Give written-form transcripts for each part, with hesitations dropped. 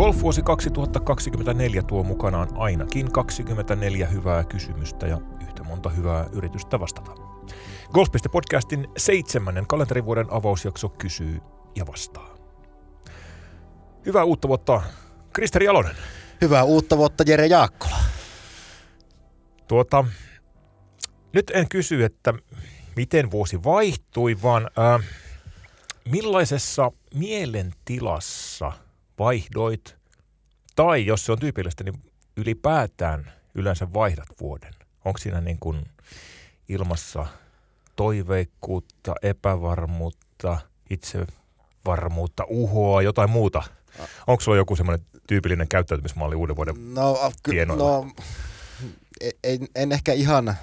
Golfvuosi 2024 tuo mukanaan ainakin 24 hyvää kysymystä ja yhtä monta hyvää yritystä vastata. Golf.podcastin 7. kalenterivuoden avausjakso kysyy ja vastaa. Hyvää uutta vuotta, Kristeri Jalonen. Hyvää uutta vuotta, Jere Jaakkola. Nyt en kysy, että miten vuosi vaihtui, vaan millaisessa mielentilassa vaihdoit, tai jos se on tyypillistä, niin ylipäätään yleensä vaihdat vuoden? Onko siinä niin kuin ilmassa toiveikkuutta, epävarmuutta, itsevarmuutta, uhoa, jotain muuta? Onko sulla joku semmoinen tyypillinen käyttäytymismalli uuden vuoden tienoilla? En ehkä ihan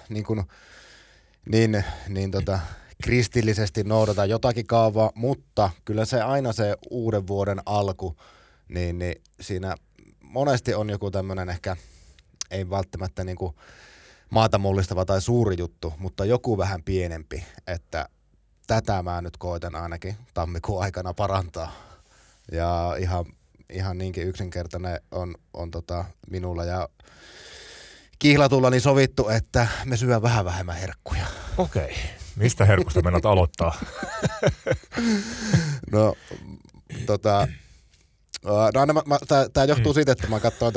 kristillisesti noudata jotakin kaavaa, mutta kyllä se aina se uuden vuoden alku, niin siinä monesti on joku tämmöinen ehkä, ei välttämättä niin kuin maata mullistava tai suuri juttu, mutta joku vähän pienempi, että tätä mä nyt koitan ainakin tammikuun aikana parantaa. Ja ihan niinkin yksinkertainen on minulla ja kihlatullani sovittu, että me syön vähän vähemmän herkkuja. Okei. Mistä herkusta menet aloittaa? Tämä johtuu siitä, että mä katsoin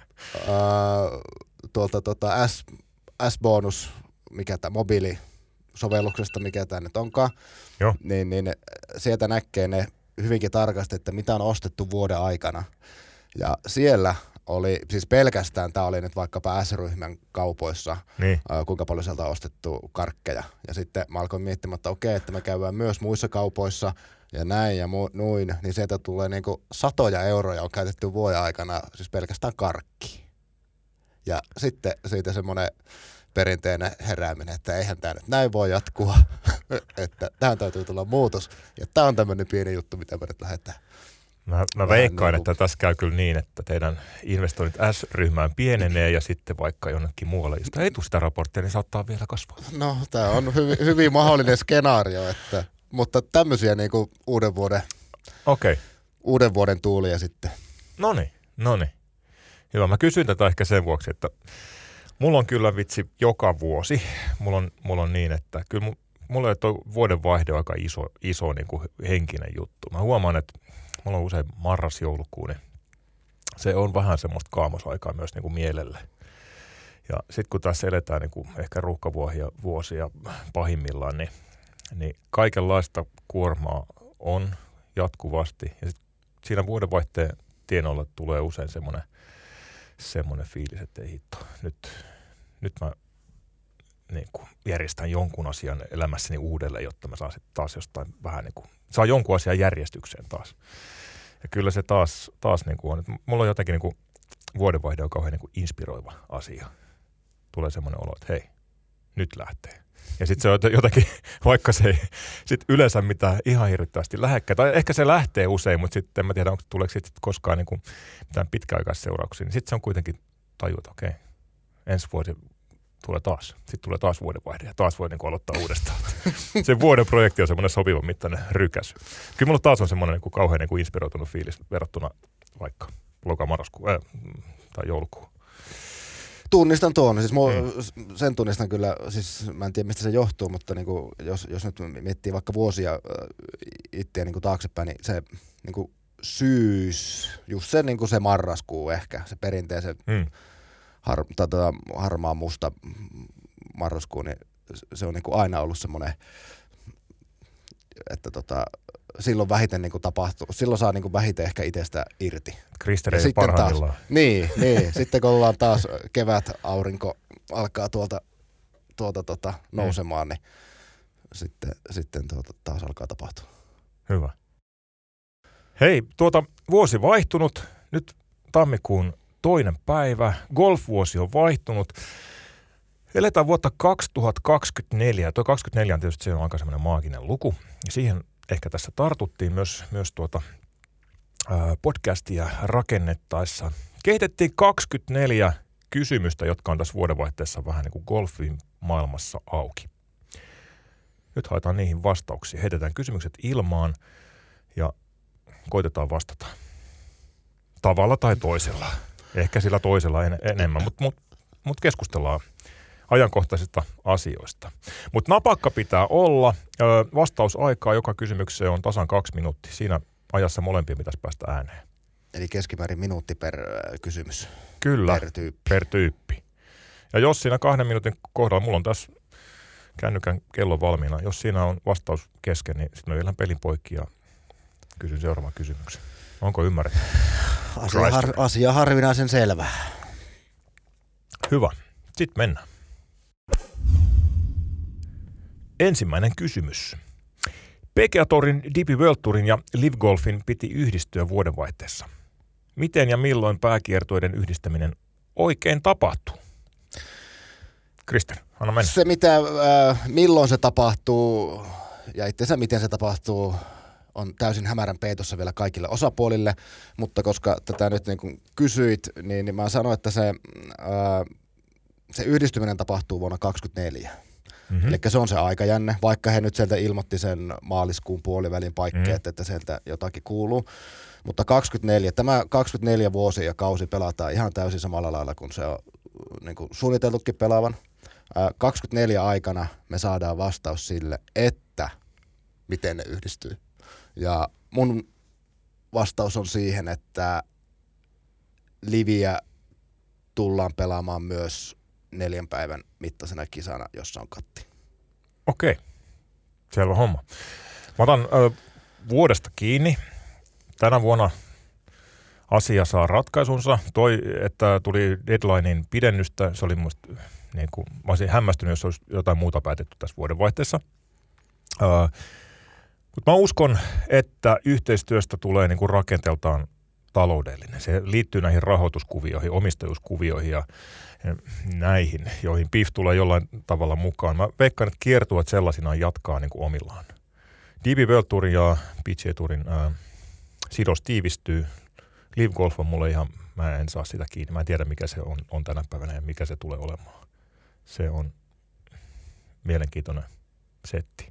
tuolta S-bonus, mikä tämä mobiilisovelluksesta, mikä tämä nyt onkaan. Joo. Niin sieltä näkee ne hyvinkin tarkasti, että mitä on ostettu vuoden aikana. Ja siellä oli, siis pelkästään tämä oli nyt vaikkapa S-ryhmän kaupoissa, niin kuinka paljon sieltä on ostettu karkkeja. Ja sitten mä alkoin miettimään, että okei, että me käydään myös muissa kaupoissa ja näin ja noin, niin sieltä tulee niinku satoja euroja on käytetty vuoden aikana, siis pelkästään karkki. Ja sitten siitä semmoinen perinteinen herääminen, että eihän tämä nyt näin voi jatkua, että tähän täytyy tulla muutos. Ja tämä on tämmöinen pieni juttu, mitä me nyt lähdetään. Mä veikkaan, että tässä käy kyllä niin, että teidän investoinnit S-ryhmään pienenee ja sitten vaikka jonnekin muualle, josta ei tule sitä raporttia, niin saattaa vielä kasvaa. No, tämä on hyvin mahdollinen skenaario, mutta tämmöisiä niin kuin uuden vuoden tuulia sitten. Noniin. Hyvä, mä kysyin tätä ehkä sen vuoksi, että mulla on kyllä vitsi joka vuosi. Mulla on niin, että kyllä mulla on vuoden vaihde aika iso niin kuin henkinen juttu. Mä huomaan, että mulla on usein marras-joulukuu, niin se on vähän semmoista kaamosaikaa myös niin kuin mielelle. Ja sitten kun tässä eletään niin kuin ehkä ruuhkavuosia pahimmillaan, niin kaikenlaista kuormaa on jatkuvasti. Ja sit siinä vuodenvaihteen tienoilla tulee usein semmoinen fiilis, että ei hitto, nyt mä niin kuin järjestän jonkun asian elämässäni uudelleen, jotta mä saan sitten taas jostain vähän niin kuin, saa jonkun asian järjestykseen taas. Ja kyllä se taas niin kuin on, että mulla on jotenkin niin kuin vuodenvaihde on kauhean niin kuin inspiroiva asia. Tulee semmoinen olo, että hei, nyt lähtee. Ja sitten se on jotenkin, vaikka se ei sit yleensä mitään ihan hirvittävästi lähekkää, tai ehkä se lähtee usein, mutta sitten en mä tiedä, tuleeko sitten koskaan niin kuin mitään pitkäaikaisseurauksia, niin sitten se on kuitenkin tajuta, okei, ensi vuosi tulee taas. Sitten tulee taas vuodenvaihde ja taas voi niin kuin aloittaa uudestaan. Se vuoden projekti on semmoinen sopivan mittainen rykäsy. Kyllä mulla taas on semmoinen niin kuin kauhean niin kuin inspiroitunut fiilis verrattuna vaikka marraskuu tai joulukuun. Tunnistan tuon. Siis sen tunnistan kyllä, siis mä en tiedä mistä se johtuu, mutta niin kuin, jos nyt miettii vaikka vuosia itseä niin kuin taaksepäin, niin se niin kuin syys, just se, niin kuin se marraskuu ehkä, se perinteisen harmaa musta marraskuu, niin se on niin kuin aina ollut semmoinen, että silloin vähiten niin kuin tapahtuu, silloin saa niin kuin vähiten ehkä itsestä irti. Kristeri parhaimmillaan. Niin. Sitten kun ollaan taas kevät, aurinko alkaa tuolta nousemaan, niin sitten taas alkaa tapahtua. Hyvä. Hei, vuosi vaihtunut, nyt tammikuun 2. päivä, golfvuosi on vaihtunut. Eletään vuotta 2024, tuo 24 on tietysti se on aika semmoinen maaginen luku, ja siihen ehkä tässä tartuttiin myös podcastia rakennettaessa. Kehitettiin 24 kysymystä, jotka on tässä vuodenvaihteessa vähän niin kuin golfin maailmassa auki. Nyt haetaan niihin vastauksia. Heitetään kysymykset ilmaan ja koitetaan vastata. tavalla tai toisella. Ehkä sillä toisella enemmän, mutta keskustellaan ajankohtaisista asioista. Mutta napakka pitää olla. Vastausaikaa joka kysymykseen on tasan 2 minuuttia. Siinä ajassa molempien pitäisi päästä ääneen. Eli keskimäärin minuutti per kysymys. Kyllä, per tyyppi. Ja jos siinä 2 minuutin kohdalla, mulla on tässä kännykän kello valmiina, jos siinä on vastaus kesken, niin sitten mä vielä pelin poikki ja kysyn seuraavan kysymyksen. Onko ymmärretty? Asia harvinaisen selvä. Hyvä. Sitten mennään. Ensimmäinen kysymys. PGA Tourin, DP World Tourin ja Live Golfin piti yhdistyä vuodenvaihteessa. Miten ja milloin pääkiertueiden yhdistäminen oikein tapahtuu? Krister, anna mennä. Se, milloin se tapahtuu ja itse asiassa miten se tapahtuu, on täysin hämärän peitossa vielä kaikille osapuolille, mutta koska tätä nyt niin kuin kysyit, niin mä sanoin, että se yhdistyminen tapahtuu vuonna 2024. Mm-hmm. Eli se on se aikajänne, vaikka he nyt sieltä ilmoitti sen maaliskuun puolivälin paikkeet, että sieltä jotakin kuuluu. Mutta 24 vuosi ja kausi pelataan ihan täysin samalla lailla kuin se on niin kuin suunniteltukin pelaavan. 24 aikana me saadaan vastaus sille, että miten ne yhdistyy. Ja mun vastaus on siihen, että liviä tullaan pelaamaan myös 4 päivän mittaisena kisana, jossa on katti. Okei, selvä homma. Mä otan vuodesta kiinni. Tänä vuonna asia saa ratkaisunsa. Että tuli deadlinein pidennystä, se oli musta niin kuin, mä olisin hämmästynyt, jos olisi jotain muuta päätetty tässä vuodenvaihteessa. Mutta mä uskon, että yhteistyöstä tulee niin kuin rakenteeltaan taloudellinen. Se liittyy näihin rahoituskuvioihin, omistajuuskuvioihin ja näihin, joihin PIF tulee jollain tavalla mukaan. Mä veikkaan, että kiertueet sellaisinaan jatkaa niin kuin omillaan. DP World Tourin ja PGA Tourin sidos tiivistyy. Live Golf on mulle ihan, mä en saa sitä kiinni. Mä en tiedä, mikä se on tänä päivänä ja mikä se tulee olemaan. Se on mielenkiintoinen setti.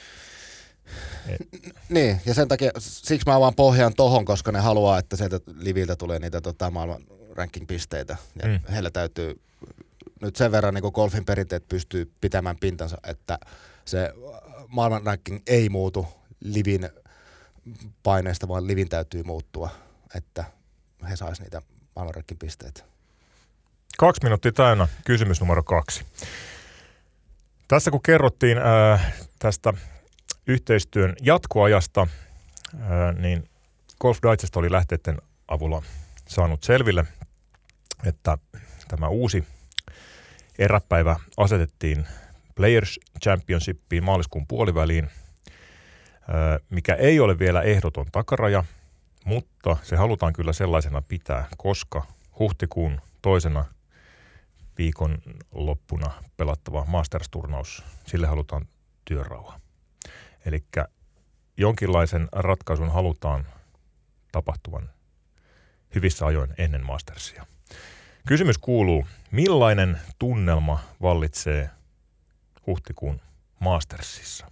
Niin, ja sen takia, siksi mä vaan pohjaan tohon, koska ne haluaa, että sieltä liviltä tulee niitä maailman ranking-pisteitä. Ja heillä täytyy nyt sen verran niin kuin golfin perinteet pystyy pitämään pintansa, että se maailman ranking ei muutu livin paineesta, vaan livin täytyy muuttua, että he sais niitä maailman ranking-pisteitä. 2 minuuttia täynnä. Kysymys numero 2. Tässä kun kerrottiin tästä yhteistyön jatkoajasta, niin Golf Digest oli lähteiden avulla saanut selville, että tämä uusi eräpäivä asetettiin Players Championshipiin maaliskuun puoliväliin, mikä ei ole vielä ehdoton takaraja, mutta se halutaan kyllä sellaisena pitää, koska huhtikuun 2. viikon loppuna pelattava Masters-turnaus, sille halutaan työrauha. Eli jonkinlaisen ratkaisun halutaan tapahtuvan hyvissä ajoin ennen Mastersia. Kysymys kuuluu, millainen tunnelma vallitsee huhtikuun Mastersissa?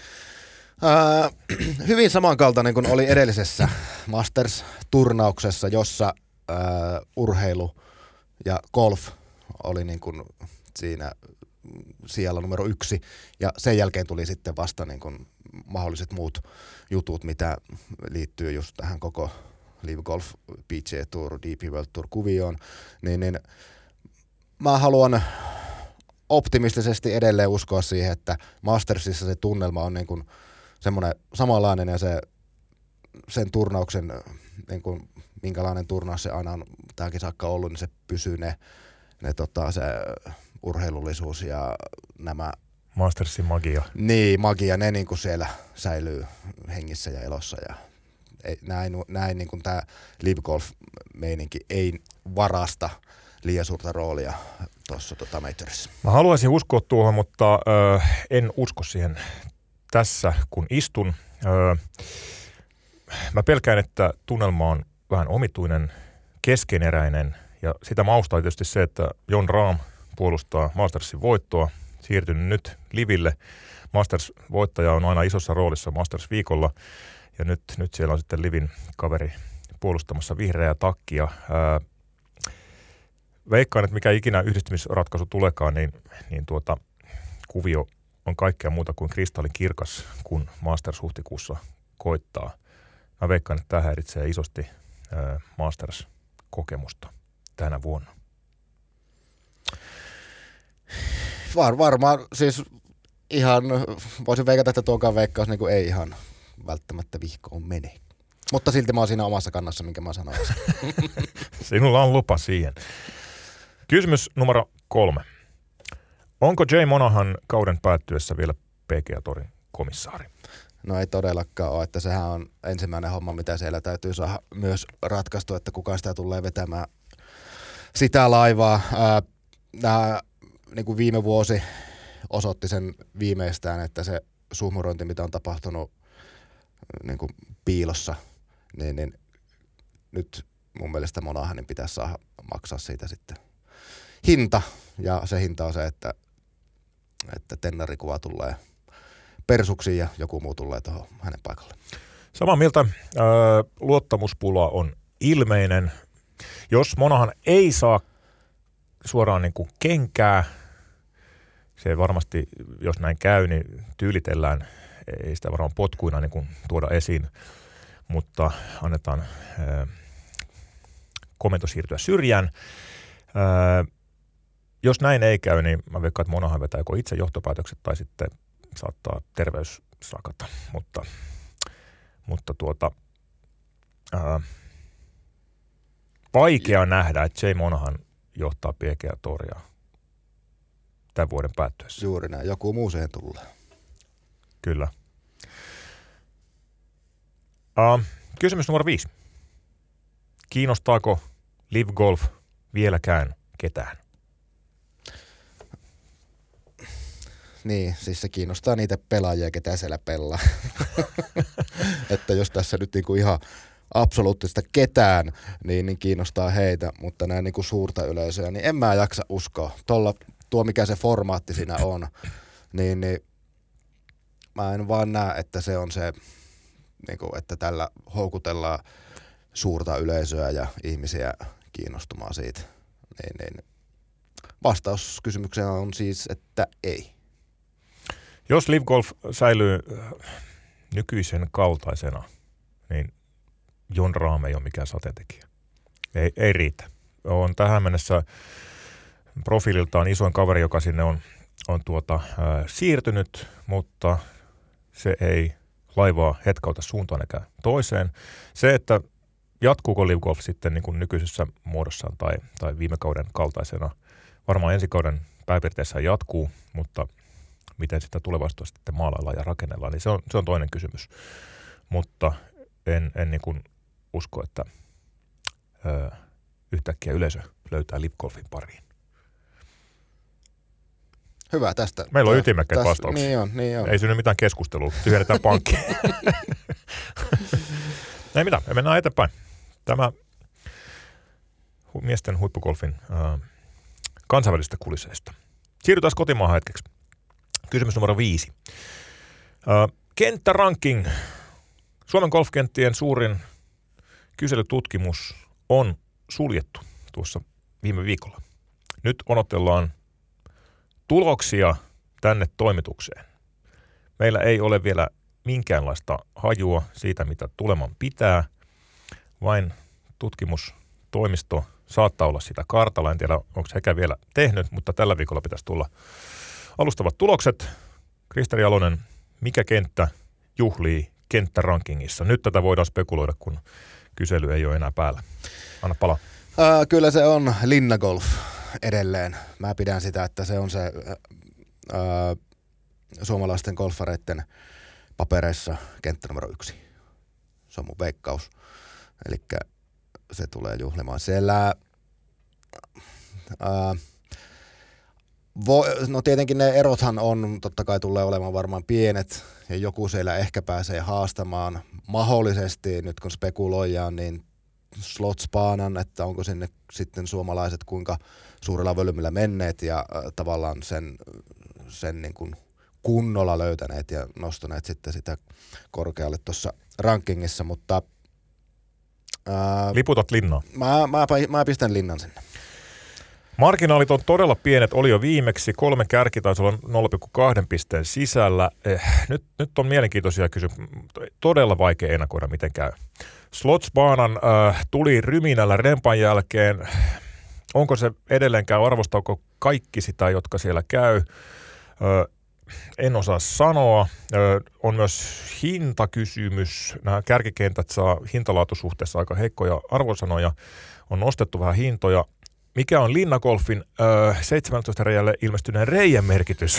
Hyvin samankaltainen kuin oli edellisessä Masters-turnauksessa, jossa urheilu ja golf oli niin kuin siinä sijalla numero 1, ja sen jälkeen tuli sitten vasta niin kuin mahdolliset muut jutut, mitä liittyy just tähän koko Live Golf, PGA Tour, DP World Tour -kuvioon, niin mä haluan optimistisesti edelleen uskoa siihen, että Mastersissa se tunnelma on niin kuin semmoinen samanlainen, ja sen turnauksen, niin kuin minkälainen turnaus se aina on tähänkin saakka ollut, niin se pysyy se urheilullisuus ja nämä Mastersin magia. Niin, magia, ne niin kuin siellä säilyy hengissä ja elossa. Ja näin niin kuin tämä Live Golf-meininki ei varasta liian suurta roolia tuossa Majorissa. Mä haluaisin uskoa tuohon, mutta en usko siihen tässä, kun istun. Mä pelkään, että tunnelma on vähän omituinen, keskeneräinen, ja sitä maustaa tietysti se, että Jon Rahm puolustaa Mastersin voittoa, siirtynyt nyt liville. Masters-voittaja on aina isossa roolissa Masters-viikolla, ja nyt siellä on sitten livin kaveri puolustamassa vihreää takkia. Veikkaan, että mikä ikinä yhdistymisratkaisu tulekaan, niin kuvio on kaikkea muuta kuin kristallinkirkas, kun Masters huhtikuussa koittaa. Mä veikkaan, että tämä häiritsee isosti Masters-kokemusta tänä vuonna. Varmaan siis ihan, voisin veikata, että tuokaan veikkaus niin kuin ei ihan välttämättä vihkoon mene. Mutta silti mä oon siinä omassa kannassa, minkä mä sanoin. Sinulla on lupa siihen. Kysymys numero 3. Onko Jay Monahan kauden päättyessä vielä PGA Tourin komissaari? No ei todellakaan ole, että sehän on ensimmäinen homma, mitä siellä täytyy saada myös ratkaistua, että kuka sitä tulee vetämään sitä laivaa. Niin kuin viime vuosi osoitti sen viimeistään, että se suhmurointi, mitä on tapahtunut niin kuin piilossa, niin nyt mun mielestä Monahanin pitäisi saada maksaa siitä sitten hinta. Ja se hinta on se, että tennarikuva tulee persuksiin ja joku muu tulee tuohon hänen paikalle. Samaa mieltä. Luottamuspula on ilmeinen. Jos Monahan ei saa suoraan niin kuin kenkää, se varmasti, jos näin käy, niin tyylitellään. Ei sitä varmaan potkuina niin kuin tuoda esiin, mutta annetaan komento siirtyä syrjään. Jos näin ei käy, niin mä veikkaan, että Monahan vetää joko itse johtopäätökset tai sitten saattaa terveys sakata. Mutta vaikea nähdä, että Jay Monahan johtaa PGA Touria tämän vuoden päättyessä. Juuri näin. Joku muu siihen tulee. Kyllä. Kysymys numero 5. Kiinnostaako Live Golf vieläkään ketään? Niin, siis se kiinnostaa niitä pelaajia, ketä siellä pelaa. Että jos tässä nyt niinku ihan absoluuttista ketään, niin kiinnostaa heitä, mutta näin niinku suurta yleisöä, niin en mä jaksa uskoa. Tuo mikä se formaatti siinä on, niin mä en vaan näe, että se on se, niinku, että tällä houkutellaan suurta yleisöä ja ihmisiä kiinnostumaan siitä. Niin. Vastaus kysymykseen on siis, että ei. Jos Live Golf säilyy nykyisen kaltaisena, niin Jon Rahm ei ole mikään sateentekijä. Ei riitä. On tähän mennessä profiililtaan isoin kaveri, joka sinne on siirtynyt, mutta se ei laivaa hetkauta suuntaan eikä toiseen. Se, että jatkuuko Live Golf sitten niin kuin nykyisessä muodossaan tai viime kauden kaltaisena, varmaan ensi kauden pääpiirteissään jatkuu, mutta miten sitä tulevaisuudessa sitten maalaillaan ja rakennellaan, niin se on toinen kysymys. Mutta en niin kuin usko, että yhtäkkiä yleisö löytää Live Golfin pariin. Hyvä tästä. Meillä on ytimekkäitä vastauksia. Niin on. Ei synny mitään keskustelua. Tyhjennetään pankkiin. Ei mitään, me mennään eteenpäin. Tämä miesten huippugolfin kansainvälisistä kulisseista. Siirrytään kotimaahan hetkeksi. Kysymys numero 5. Kenttäranking. Suomen golfkenttien suurin kyselytutkimus on suljettu tuossa viime viikolla. Nyt odotellaan tuloksia tänne toimitukseen. Meillä ei ole vielä minkäänlaista hajua siitä, mitä tuleman pitää. Vain tutkimustoimisto saattaa olla sitä kartalla. En tiedä, onko hekään vielä tehnyt, mutta tällä viikolla pitäisi tulla alustavat tulokset. Kristeri Jalonen, mikä kenttä juhlii kenttärankingissa? Nyt tätä voidaan spekuloida, kun kysely ei ole enää päällä. Anna palaa. Kyllä se on Linnagolf edelleen. Mä pidän sitä, että se on se suomalaisten golfareiden papereissa kenttä numero 1. Se on mun veikkaus. Elikkä se tulee juhlimaan siellä. No tietenkin ne erothan on, totta kai tulee olemaan varmaan pienet, ja joku siellä ehkä pääsee haastamaan. Mahdollisesti, nyt kun spekuloidaan, niin Slotspaanan, että onko sinne sitten suomalaiset kuinka suurella volyymilla menneet ja tavallaan sen niin kuin kunnolla löytäneet ja nostaneet sitten sitä korkealle tuossa rankingissa, mutta Liputat linnaa. Mä pistän linnan sinne. Marginaalit on todella pienet, oli jo viimeksi. 3 kärki taisi olla 0,2 pisteen sisällä. Nyt on mielenkiintoisia kysymyksiä. Todella vaikea ennakoida, miten käy. Slotsbaanan tuli ryminällä rempan jälkeen. Onko se edelleenkään, arvostaako kaikki sitä, jotka siellä käy? En osaa sanoa. On myös hintakysymys. Nämä kärkikentät saa hintalaatusuhteessa aika heikkoja arvosanoja. On nostettu vähän hintoja. Mikä on Linnagolfin 17 reiälle ilmestyneen reijän merkitys?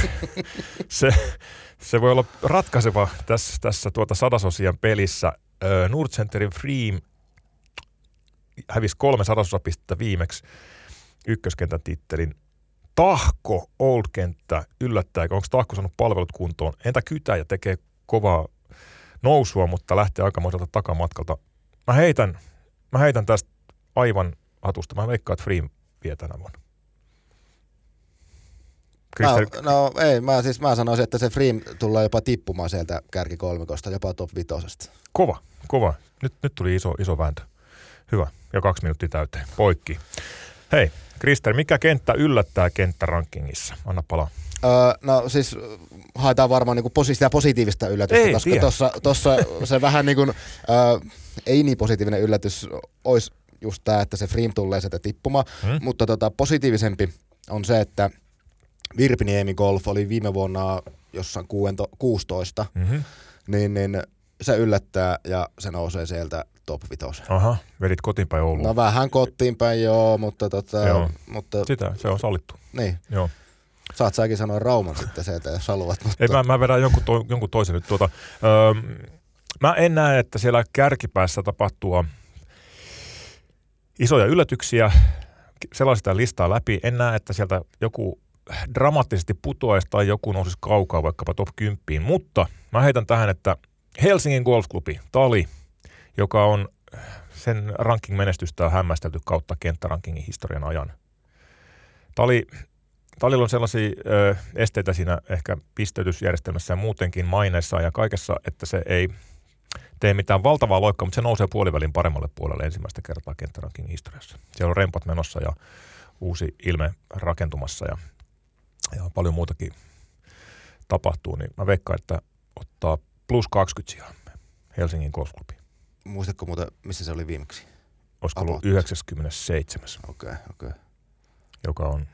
se voi olla ratkaiseva tässä sadasosien pelissä. Nordcenterin Freem hävisi 3 sadasosapistettä viimeksi ykköskentän tittelin. Tahko Old-kenttä yllättääkö? Onko Tahko saanut palvelut kuntoon? Entä Kytäjä tekee kovaa nousua, mutta lähtee aikamoiselta takamatkalta. Mä heitän tästä aivan hatusta. Mä veikkaan, että Freem vie tänä vuonna. Mä sanoisin, että se Freem tullaan jopa tippumaan sieltä kärkikolmikosta, jopa top 5. Kova. Nyt tuli iso vääntö. Hyvä. Ja 2 minuuttia täyteen. Poikki. Hei, Krister, mikä kenttä yllättää kenttärankingissa? Anna palaa. No siis haetaan varmaan niinku positiivista yllätystä, koska tuossa se vähän niin kuin, ei niin positiivinen yllätys olisi just tämä, että se Freem tulee sieltä tippumaan, mutta positiivisempi on se, että Virpiniemi Golf oli viime vuonna jossain 16, niin se yllättää ja se nousee sieltä top 5. Aha, vedit kotiinpäin Ouluun. No vähän kotiinpäin joo, mutta mutta sitä, se on sallittu. Niin. Joo. Saat säkin sanoa Rauman sitten sieltä, jos haluat. Mutta... Ei, mä vedän jonkun toisen nyt. Mä en näe, että siellä kärkipäässä tapahtuu isoja yllätyksiä. Sellaista listaa läpi. En näe, että sieltä joku dramaattisesti putoaisi tai joku nousisi kaukaa vaikkapa top 10. Mutta mä heitän tähän, että Helsingin golfklubi, Tali, joka on sen ranking-menestystä on hämmästelty kautta kenttärankingin historian ajan. Talilla on sellaisia esteitä siinä ehkä pisteytysjärjestelmässä ja muutenkin maineessa ja kaikessa, että se ei tee mitään valtavaa loikkaa, mutta se nousee puolivälin paremmalle puolelle ensimmäistä kertaa kenttärankingin historiassa. Siellä on rempat menossa ja uusi ilme rakentumassa ja paljon muutakin tapahtuu, niin mä veikkaan, että ottaa plus 20 sijaan Helsingin golfklubi. Muistatko muuten, missä se oli viimeksi? Olisiko ollut 97. Okei. Joka on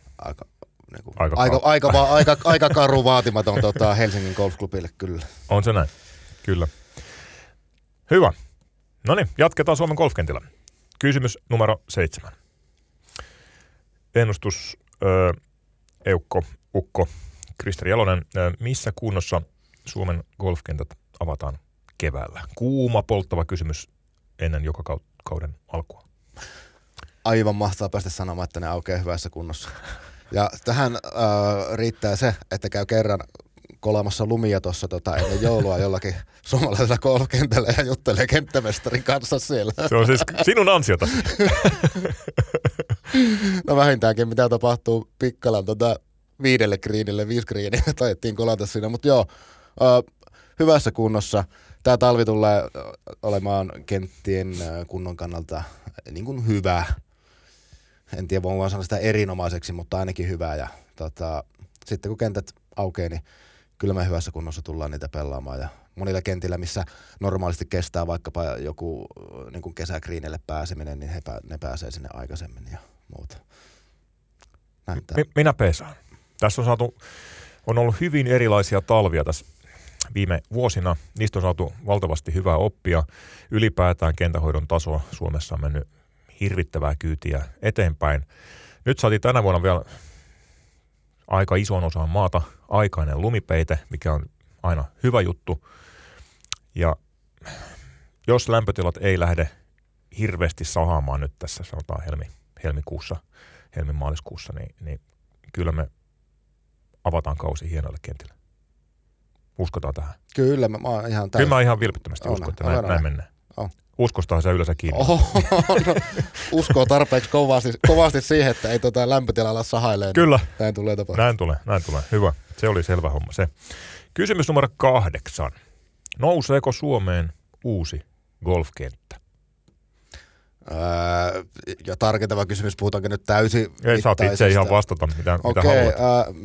aika karu vaatimaton Helsingin golfklubille kyllä. On se näin, kyllä. Hyvä. No niin, jatketaan Suomen golfkentillä. Kysymys numero 7. Ennustus Ukko, Krister Jalonen. Missä kunnossa Suomen golfkentät avataan keväällä? Kuuma, polttava kysymys ennen joka kauden alkua. Aivan mahtavaa päästä sanomaan, että ne aukeaa hyvässä kunnossa. Ja tähän riittää se, että käy kerran kolamassa lumia tuossa ennen joulua jollakin suomalaisella golfkentällä ja juttelee kenttämestarin kanssa siellä. Se on siis sinun ansiota. No vähintäänkin mitä tapahtuu Pikkalan 5 greenille taidettiin kolata siinä, mutta joo, hyvässä kunnossa. Tämä talvi tulee olemaan kenttien kunnon kannalta niin kuin hyvä. En tiedä, voin vaan sanoa sitä erinomaiseksi, mutta ainakin hyvä. Ja sitten kun kentät aukeaa, niin kyllä me hyvässä kunnossa tullaan niitä pelaamaan. Ja monilla kentillä, missä normaalisti kestää vaikkapa joku niin kuin kesägriinille pääseminen, niin ne pääsee sinne aikaisemmin ja muuta. Minä pesaan. Tässä on ollut hyvin erilaisia talvia tässä viime vuosina. Niistä on saatu valtavasti hyvää oppia. Ylipäätään kentähoidon taso Suomessa on mennyt hirvittävää kyytiä eteenpäin. Nyt saatiin tänä vuonna vielä aika ison osan maata aikainen lumipeite, mikä on aina hyvä juttu. Ja jos lämpötilat ei lähde hirveästi sahaamaan nyt tässä, sanotaan helmi-maaliskuussa, niin kyllä me avataan kausi hienoille kentille. Uskotaan tähän. Kyllä, mä ihan vilpittömästi uskon, että näin mennään. Uskostahan se yleensä kiinni. Uskoo tarpeeksi kovasti siihen, että ei lämpötila ala sahailemaan. Kyllä. Näin tulee tapahtumaan. Näin tulee. Hyvä. Se oli selvä homma se. Kysymys numero 8. Nouseeko Suomeen uusi golfkenttä? ja tarkentava kysymys, puhutaanko nyt täysin ei saat itse ihan vastata, mitä haluat.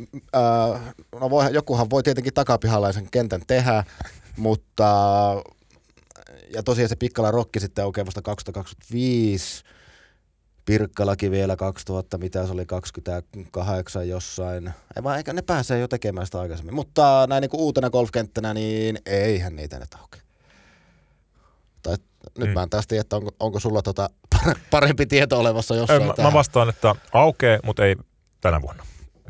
No jokuhan voi tietenkin takapihallaisen kentän tehdä, mutta ja tosiaan se Pikkala Rokki sitten aukeaa vasta 2025, Pirkkalakin vielä 2000, mitä se oli, 28 jossain. Eikä ne pääsee jo tekemään sitä aikaisemmin. Mutta näin niin kuin uutena golfkenttänä, niin eihän niitä nyt auke. Nyt mä en taas tiedä, että onko sulla parempi tieto olevassa jossain. Mä vastaan, että aukee, mutta ei tänä vuonna.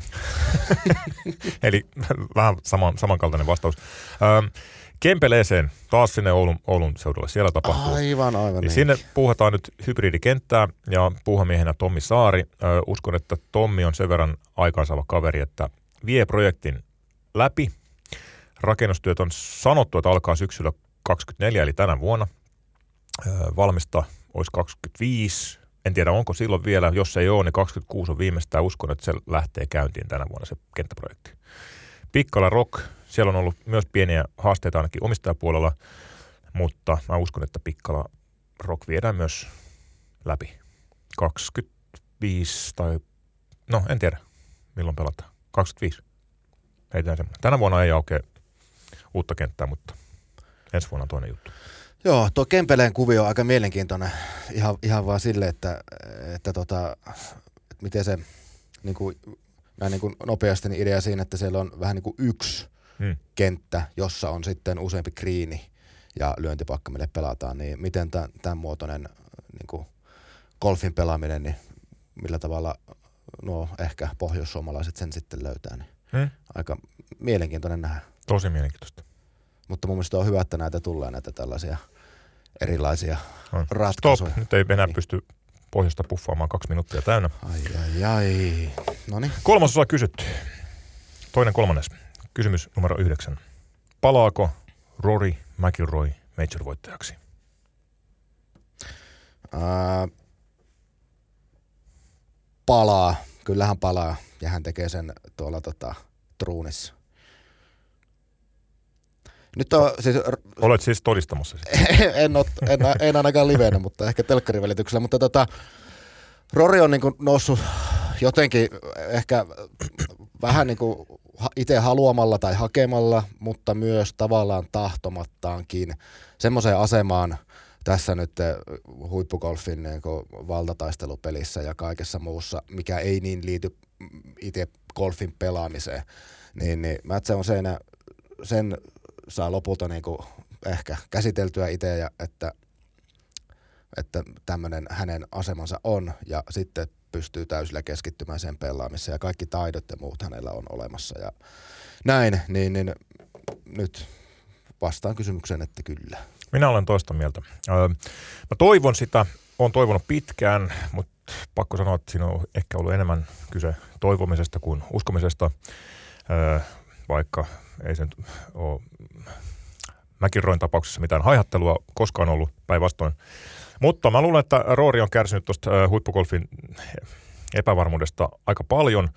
Eli vähän samankaltainen vastaus. Kempeleeseen, taas sinne Oulun seudulle, siellä tapahtuu. Aivan niin. Sinne puuhataan nyt hybridikenttää ja puuhamiehenä Tommi Saari. Uskon, että Tommi on sen verran aikaansaava kaveri, että vie projektin läpi. Rakennustyöt on sanottu, että alkaa syksyllä 2024, eli tänä vuonna. Valmista olisi 25. En tiedä, onko silloin vielä. Jos ei ole, niin 26 on viimeistään. Uskon, että se lähtee käyntiin tänä vuonna se kenttäprojekti. Pikkala Rock. Siellä on ollut myös pieniä haasteita ainakin omistajapuolella, mutta mä uskon, että Pikkala Rock viedään myös läpi. 25 tai, no en tiedä milloin pelataan. 25. Tänä vuonna ei aukea uutta kenttää, mutta ensi vuonna on toinen juttu. Joo, tuo Kempeleen kuvio on aika mielenkiintoinen ihan vaan sille, että miten se niin kuin, näin niin kuin nopeasti niin idea siinä, että siellä on vähän niin kuin yksi kenttä, jossa on sitten useampi kriini ja lyöntipakka, mille pelataan, niin miten tämän muotoinen niin kuin golfin pelaaminen, niin millä tavalla nuo ehkä pohjoissuomalaiset sen sitten löytää, niin aika mielenkiintoinen nähdä. Tosi mielenkiintoista. Mutta mun mielestä on hyvä, että näitä tulee näitä tällaisia erilaisia ratkaisuja. Stop, nyt ei enää pysty pohjoista puffaamaan 2 minuuttia täynnä. Ai. Noniin. 3. osa kysytty. 2. Kysymys numero 9. Palaako Rory McIlroy Major-voittajaksi? Palaa. Kyllähän palaa. Ja hän tekee sen tuolla Truunissa. Nyt on siis... Olet siis todistamassa sitä? en ainakaan livenä, mutta ehkä telkkarivälityksellä. Mutta Rory on niin kuin noussut jotenkin ehkä vähän niin kuin itse haluamalla tai hakemalla, mutta myös tavallaan tahtomattaankin semmoiseen asemaan tässä nyt huippugolfin niin kuin valtataistelupelissä ja kaikessa muussa, mikä ei niin liity itse golfin pelaamiseen. Niin Mätsä on sen saa lopulta niin kuin ehkä käsiteltyä itse, ja että tämmöinen hänen asemansa on, ja sitten pystyy täysillä keskittymään sen pelaamiseen, ja kaikki taidot ja muut hänellä on olemassa, ja näin, niin nyt vastaan kysymykseen, että kyllä. Minä olen toista mieltä. Mä toivon sitä, olen toivonut pitkään, mutta pakko sanoa, että siinä on ehkä ollut enemmän kyse toivomisesta kuin uskomisesta, vaikka ei sen ole McIlroyn tapauksessa mitään haihattelua koskaan ollut, päinvastoin. Mutta mä luulen, että Rory on kärsinyt tuosta huippugolfin epävarmuudesta aika paljon.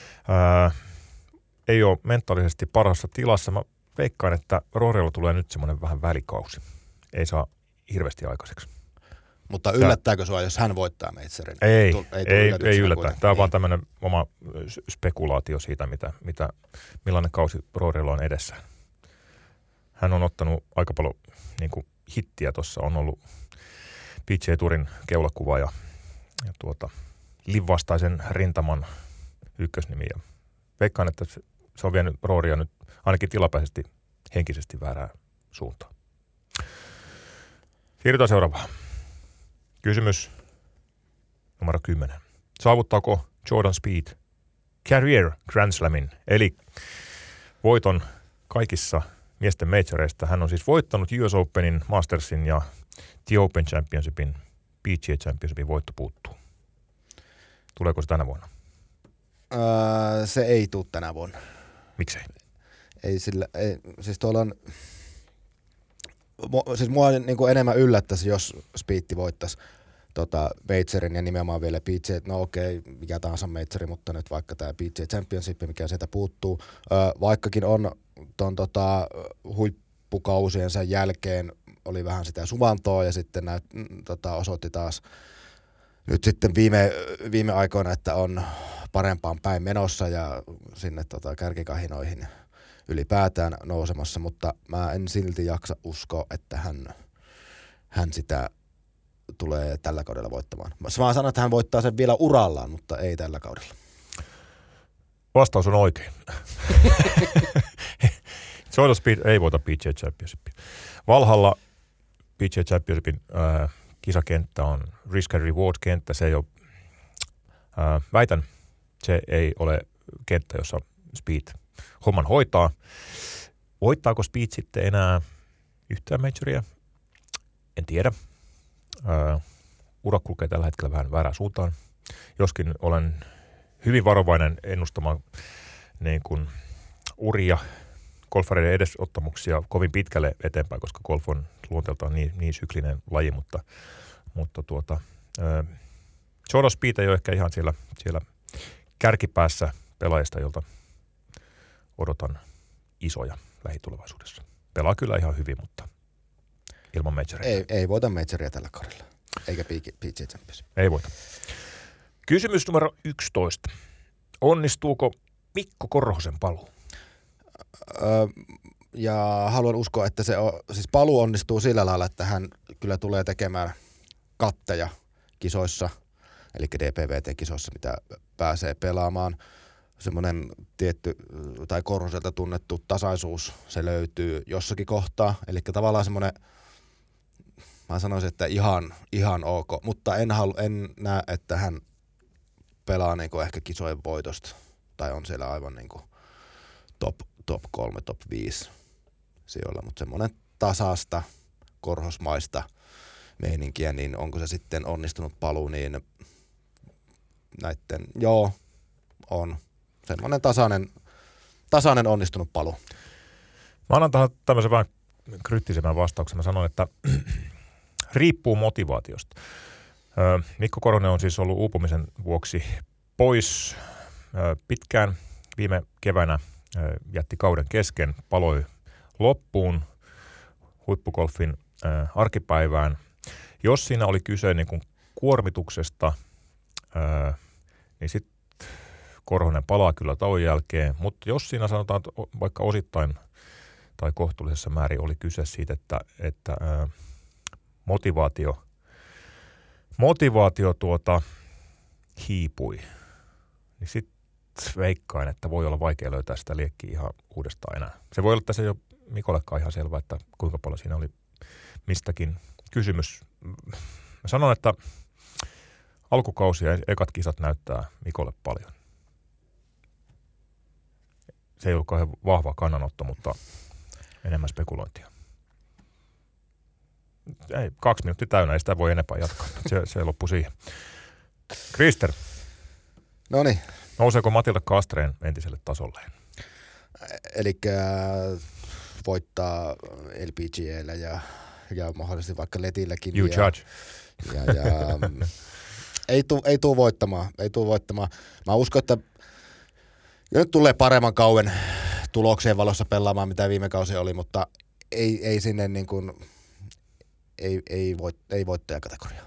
Ei ole mentaalisesti parhaassa tilassa. Mä veikkaan, että Rorylla tulee nyt semmoinen vähän välikausi. Ei saa hirveästi aikaiseksi. Mutta yllättääkö sua, jos hän voittaa Majorin? Ei yllätä. Tämä on vaan tämmöinen oma spekulaatio siitä, millainen kausi Rorylla on edessä. Hän on ottanut aika paljon niin kuin hittiä tuossa. On ollut PGA Tourin keulakuva ja Liv-vastaisen rintaman ykkösnimi. Ja veikkaan, että se on vienyt Rorya nyt ainakin tilapäisesti henkisesti väärään suuntaan. Siirrytään seuraavaan. Kysymys numero 10. Saavuttaako Jordan Spieth Career Grand Slamin, eli voiton kaikissa miesten majoreista? Hän on siis voittanut US Openin, Mastersin ja The Open Championshipin, PGA Championshipin voitto puuttuu. Tuleeko se tänä vuonna? Se ei tule tänä vuonna. Miksei? Siis tuolla on... Siis mua niin kuin enemmän yllättäisi, jos Spieth voittaisi Majorin ja nimenomaan vielä PGA, no okei, mikä tahansa Majori, mutta nyt vaikka tämä PGA Championship, mikä sieltä puuttuu, vaikkakin on ton huippukausiensa jälkeen oli vähän sitä suvantoa ja sitten osoitti taas nyt sitten viime aikoina, että on parempaan päin menossa ja sinne kärkikahinoihin ylipäätään nousemassa, mutta mä en silti jaksa uskoa, että hän sitä tulee tällä kaudella voittamaan. Mä vaan sanon, että hän voittaa sen vielä urallaan, mutta ei tällä kaudella. Vastaus on oikein. Soil Speed ei voita PGA Championshipia. Valhalla PGA Championshipin kisakenttä on risk and reward-kenttä. Se ei ole, väitän, se ei ole kenttä, jossa Speed homman hoitaa. Voittaako Speed sitten enää yhtään majoria? En tiedä. Ura kulkee tällä hetkellä vähän väärään suuntaan. Joskin olen hyvin varovainen ennustamaan niin kuin uria, golfareiden edesottamuksia kovin pitkälle eteenpäin, koska golf on luonteeltaan niin syklinen laji, mutta Jordan Speed ei ole ehkä ihan siellä kärkipäässä pelaajista, jolta odotan isoja lähitulevaisuudessa. Pelaa kyllä ihan hyvin, mutta ilman majoreita. Ei voita majoria tällä kaudella, eikä PGA Championship. Ei voita. Kysymys numero 11. Onnistuuko Mikko Korhosen paluu? Ja haluan uskoa, että siis paluu onnistuu sillä lailla, että hän kyllä tulee tekemään katteja kisoissa, eli DPVT-kisoissa, mitä pääsee pelaamaan. Semmoinen tietty tai Korhoselta tunnettu tasaisuus, se löytyy jossakin kohtaa, eli tavallaan semmoinen, mä sanoisin, että ihan ok, mutta en näe, että hän pelaa niinku ehkä kisojen voitosta tai on siellä aivan niinku top 3, top 5 sijoilla, mutta semmoinen tasasta, korhosmaista meininkiä, niin onko se sitten onnistunut paluu, niin näitten, joo, on semmoinen tasainen onnistunut paluu. Mä annan tähän tämmöisen vähän kryptisemmän vastauksen. Mä sanon, että riippuu motivaatiosta. Mikko Korhonen on siis ollut uupumisen vuoksi pois pitkään. Viime keväänä jätti kauden kesken, paloi loppuun huippugolfin arkipäivään. Jos siinä oli kyse niin kuin kuormituksesta, niin sitten Korhonen palaa kyllä tauon jälkeen, mutta jos siinä sanotaan vaikka osittain tai kohtuullisessa määrin oli kyse siitä, että motivaatio hiipui, niin sitten veikkaan, että voi olla vaikea löytää sitä liekkiä ihan uudestaan enää. Se voi olla, että se ei ole Mikollekaan ihan selvä, että kuinka paljon siinä oli mistäkin kysymys. Mä sanon, että alkukausi ja ekat kisat näyttää Mikolle paljon. Se ei ollut kauhean vahva kannanotto, mutta enemmän spekulointia. Ei, 2 minuuttia täynnä, ei sitä voi enempää jatkaa. Se loppui siihen. Krister. Noniin. Nouseeko Matilda Castrén entiselle tasolleen? Eli voittaa LPGA:llä ja mahdollisesti vaikka Letilläkin. You judge. Ei tuu voittamaan. Mä uskon, että nyt tulee paremman kauden tulokseen valossa pelaamaan, mitä viime kausi oli, mutta ei sinne niin kuin, ei voittajakategoria.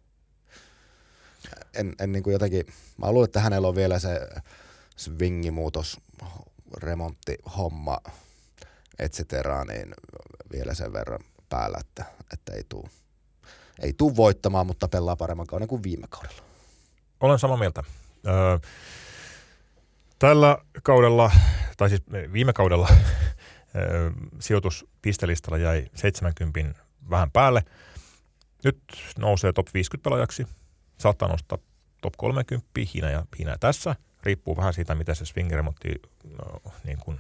En niin kuin jotenkin, mä luulen, että hänellä on vielä se swingimuutos, remonttihomma, et cetera, niin vielä sen verran päällä, että ei tuu voittamaan, mutta pelaa paremman kauden kuin viime kaudella. Olen samaa mieltä. Tällä kaudella, tai siis viime kaudella sijoitus pistelistalla jäi 70 vähän päälle. Nyt nousee top 50 pelaajaksi. Saattaa nostaa top 30, Hina ja tässä. Riippuu vähän siitä, miten se swing-remontti niin kuin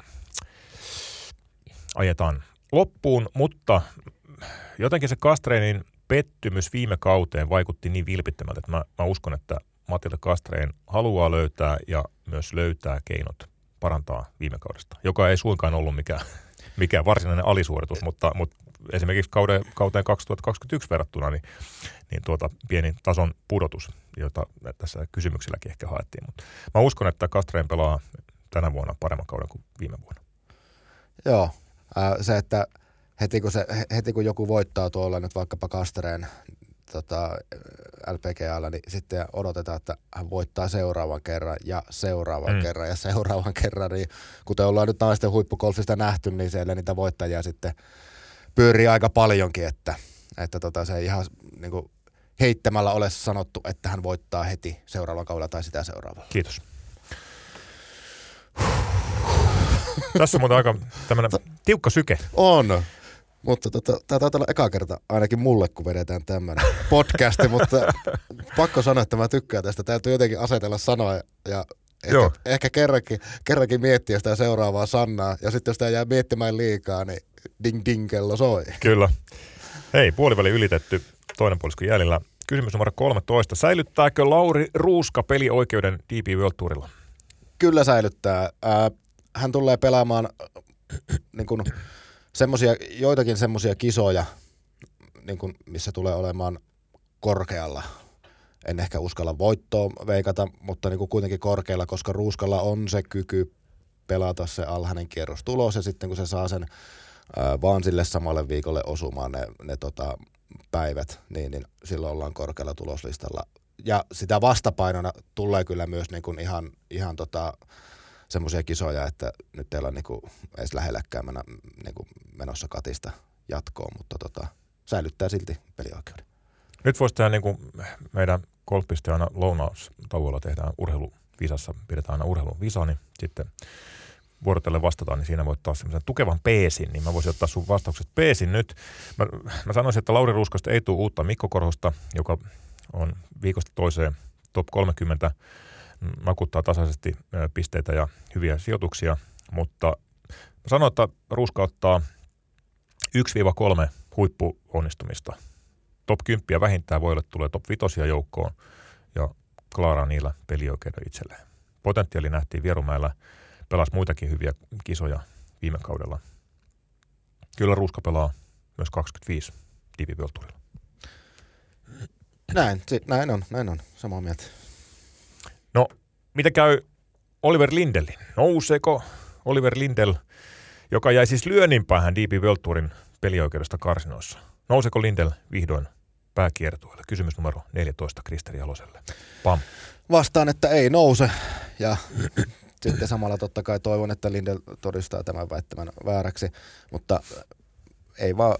ajetaan loppuun, mutta jotenkin se Castrénin pettymys viime kauteen vaikutti niin vilpittömältä, että mä uskon, että Matilda Castrén haluaa löytää ja myös löytää keinot parantaa viime kaudesta, joka ei suinkaan ollut mikään varsinainen alisuoritus, mutta esimerkiksi kauteen 2021 verrattuna niin pieni tason pudotus, jota tässä kysymyksilläkin ehkä haettiin. Mutta mä uskon, että Castrén pelaa tänä vuonna paremman kauden kuin viime vuonna. Joo, se, että heti kun joku voittaa tuolla nyt vaikkapa Castrén LPGAlla, niin sitten odotetaan, että hän voittaa seuraavan kerran ja seuraavan kerran ja seuraavan kerran. Niin kuten ollaan nyt naisten huippugolfista nähty, niin siellä niitä voittajia sitten pyörii aika paljonkin, että se ei ihan niin kuin heittämällä ole sanottu, että hän voittaa heti seuraavalla kaudella tai sitä seuraavalla. Kiitos. Tässä on muuten aika tämmöinen tiukka syke. On, mutta tämä taitaa olla eka kerta ainakin mulle, kun vedetään tämmöinen podcasti, mutta pakko sanoa, että mä tykkään tästä. Täytyy jotenkin asetella sanoa ja ehkä kerrankin miettiä sitä seuraavaa Sannaa ja sitten jos sitä jää miettimään liikaa, niin ding ding kello soi. Kyllä. Hei, puoliväli ylitetty, toinen puolisko jäljellä. Kysymys numero 13. Säilyttääkö Lauri Ruuska pelioikeuden DP World Tourilla? Kyllä säilyttää. Hän tulee pelaamaan niin kuin joitakin semmoisia kisoja, niin kuin, missä tulee olemaan korkealla. En ehkä uskalla voittoa veikata, mutta niin kuin kuitenkin korkealla, koska Ruuskalla on se kyky pelata se alhainen kierros tulos ja sitten kun se saa sen vaan sille samalle viikolle osumaan ne päivät, niin silloin ollaan korkealla tuloslistalla. Ja sitä vastapainona tulee kyllä myös niin kuin ihan semmoisia kisoja, että nyt ei ole niin kuin edes lähelläkään niin kuin menossa katista jatkoon, mutta säilyttää silti pelioikeuden. Nyt voisi tehdä niin kuin meidän golfpisteen aina lounaustauolla tehdään urheiluvisassa, pidetään aina urheiluvisa, niin sitten vuorotellen vastataan, niin siinä voit taas semmoisen tukevan peesin, niin mä voisin ottaa sun vastaukset peesin nyt. Mä sanoisin, että Lauri Ruuskasta ei tule uutta Mikko Korhosta, joka on viikosta toiseen top 30, nakuttaa tasaisesti pisteitä ja hyviä sijoituksia, mutta mä sanon, että Ruuska ottaa 1-3 huippuonnistumista. Top 10 vähintään voi olla, tulee top 5 joukkoon ja klaaraa niillä pelioikeuden itselleen. Potentiaali nähtiin Vierumäellä, pelasi muitakin hyviä kisoja viime kaudella. Kyllä Ruuska pelaa myös 25 DP World Tourilla. Näin on, samaa mieltä. No, mitä käy Oliver Lindellin? Nouseeko Oliver Lindell, joka jäi siis lyönnin päähän DP World Tourin pelioikeudesta karsinoissa? Nouseeko Lindell vihdoin pääkiertueelle? Kysymys numero 14 Kristeri Jaloselle. Pam. Vastaan, että ei nouse ja sitten samalla totta kai toivon, että Lindell todistaa tämän väittämän vääräksi, mutta ei vaan,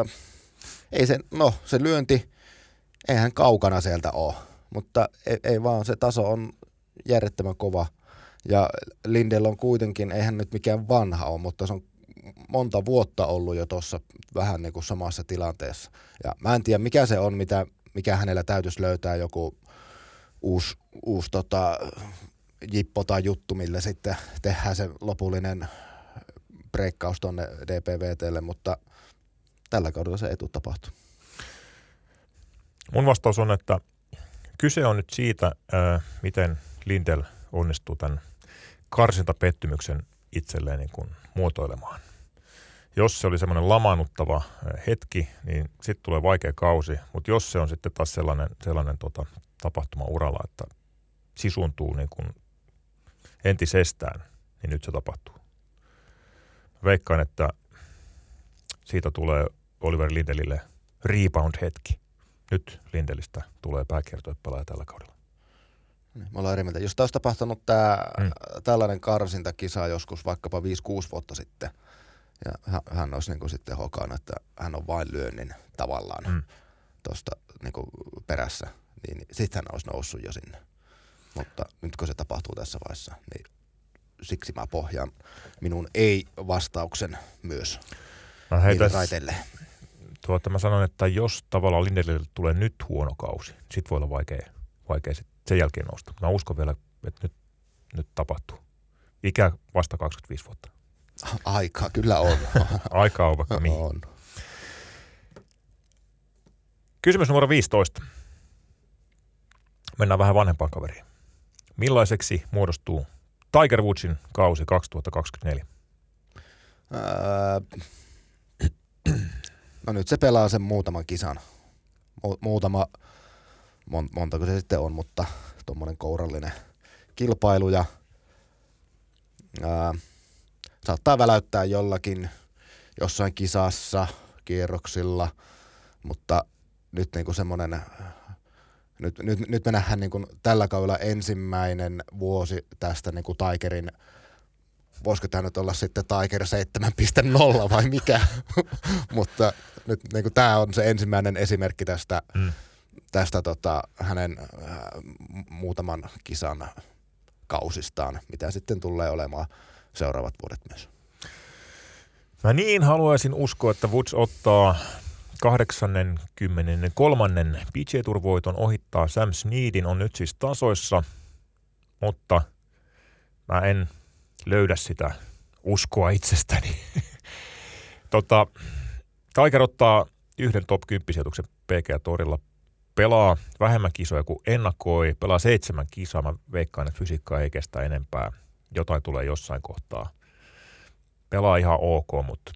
se lyönti, eihän kaukana sieltä ole, mutta ei vaan, se taso on järjettömän kova ja Lindell on kuitenkin, eihän nyt mikään vanha ole, mutta se on monta vuotta ollut jo tuossa vähän niin kuin samassa tilanteessa ja mä en tiedä mikä se on, mikä hänellä täytyisi löytää joku uusi jippo tai juttu, millä sitten tehdään se lopullinen breikkaus tuonne DPVTlle, mutta tällä kaudella se ei tule tapahtua. Mun vastaus on, että kyse on nyt siitä, miten Lindell onnistuu tämän karsintapettymyksen itselleen niin kuin muotoilemaan. Jos se oli semmoinen lamaannuttava hetki, niin sitten tulee vaikea kausi, mutta jos se on sitten taas sellainen tapahtuma uralla, että sisuntuu niin kuin entisestään, niin nyt se tapahtuu. Veikkaan, että siitä tulee Oliver Lindellille rebound-hetki. Nyt Lindellistä tulee pääkiertuepelaaja tällä kaudella. Me ollaan eri mieltä. Jos taas tapahtunut tällainen karsintakisa joskus vaikkapa 5-6 vuotta sitten, ja hän olisi niin kuin sitten hokannut, että hän on vain lyönnin tavallaan tuosta niin kuin perässä, niin sitten hän olisi noussut jo sinne. Mutta nyt kun se tapahtuu tässä vaiheessa, niin siksi mä pohjaan minun ei-vastauksen myös niille raiteille. Mä sanon, että jos tavallaan Lindellille tulee nyt huono kausi, sit voi olla vaikea sen jälkeen nousta. Mä uskon vielä, että nyt tapahtuu. Ikä vasta 25 vuotta. Aikaa kyllä on. Aikaa on vaikka mihin. On. Kysymys numero 15. Mennään vähän vanhempaan kaveriin. Millaiseksi muodostuu Tiger Woodsin kausi 2024? No nyt se pelaa sen muutaman kisan. Montako se sitten on, mutta tuommoinen kourallinen kilpailu ja saattaa väläyttää jossain kisassa, kierroksilla, mutta nyt niinku semmoinen, nyt me nähdään niinku tällä kaudella ensimmäinen vuosi tästä niinku Tigerin, voisiko tämä nyt olla sitten Tiger 7.0 vai mikä, mutta nyt niinku tämä on se ensimmäinen esimerkki tästä hänen muutaman kisan kausistaan, mitä sitten tulee olemaan seuraavat vuodet myös. Mä niin haluaisin uskoa, että Woods ottaa 83. PGA Tour-voiton, ohittaa Sam Sneadin, on nyt siis tasoissa, mutta mä en löydä sitä uskoa itsestäni. Tiger ottaa yhden top 10 sijoituksen PGA Tourilla, pelaa vähemmän kisoja kuin ennakoi, pelaa 7 kisaa, mä veikkaan, että fysiikkaa ei kestä enempää, jotain tulee jossain kohtaa. Pelaa ihan ok, mutta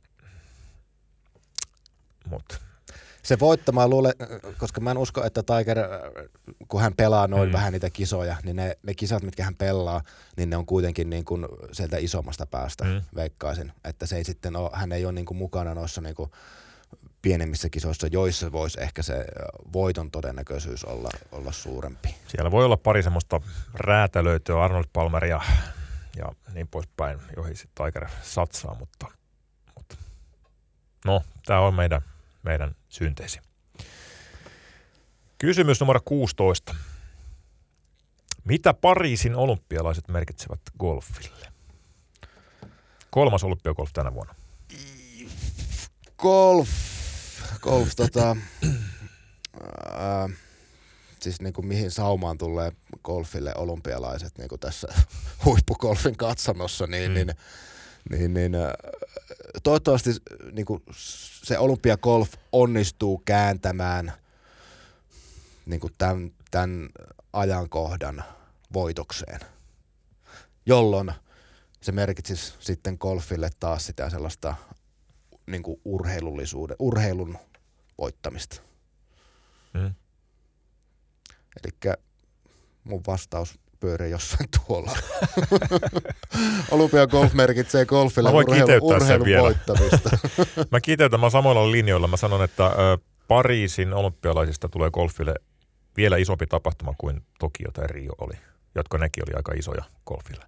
se voittamaan luulen, koska mä en usko, että Tiger, kun hän pelaa noin vähän niitä kisoja, niin ne kisat, mitkä hän pelaa, niin ne on kuitenkin niin kuin sieltä isommasta päästä, veikkaisin. Että se ei sitten ole, hän ei ole niin kuin mukana noissa niin kuin pienemmissä kisoissa, joissa voisi ehkä se voiton todennäköisyys olla suurempi. Siellä voi olla pari semmoista räätälöityä, Arnold Palmeria ja niin poispäin, joihin sitten Tiger satsaa, mutta no, tämä on meidän synteesi. Kysymys numero 16. Mitä Pariisin olympialaiset merkitsevät golfille? 3. olympiagolf tänä vuonna. Golf siis niin kuin mihin tulee golfille olympialaiset niin kuin tässä huippugolfin katsannossa, niin toivottavasti niin kuin se olympiagolf onnistuu kääntämään niin kuin tämän ajankohdan voitokseen, jolloin se merkitsisi sitten golfille taas sitä sellaista niin kuin urheilun voittamista. Elikkä mun vastaus pyörii jossain tuolla. Olympiagolf merkitsee golfille urheilun voittamista. Mä kiteytän, mä samoilla linjoilla. Mä sanon, että Pariisin olympialaisista tulee golfille vielä isompi tapahtuma kuin Tokio tai Rio oli, jotka nekin oli aika isoja golfille.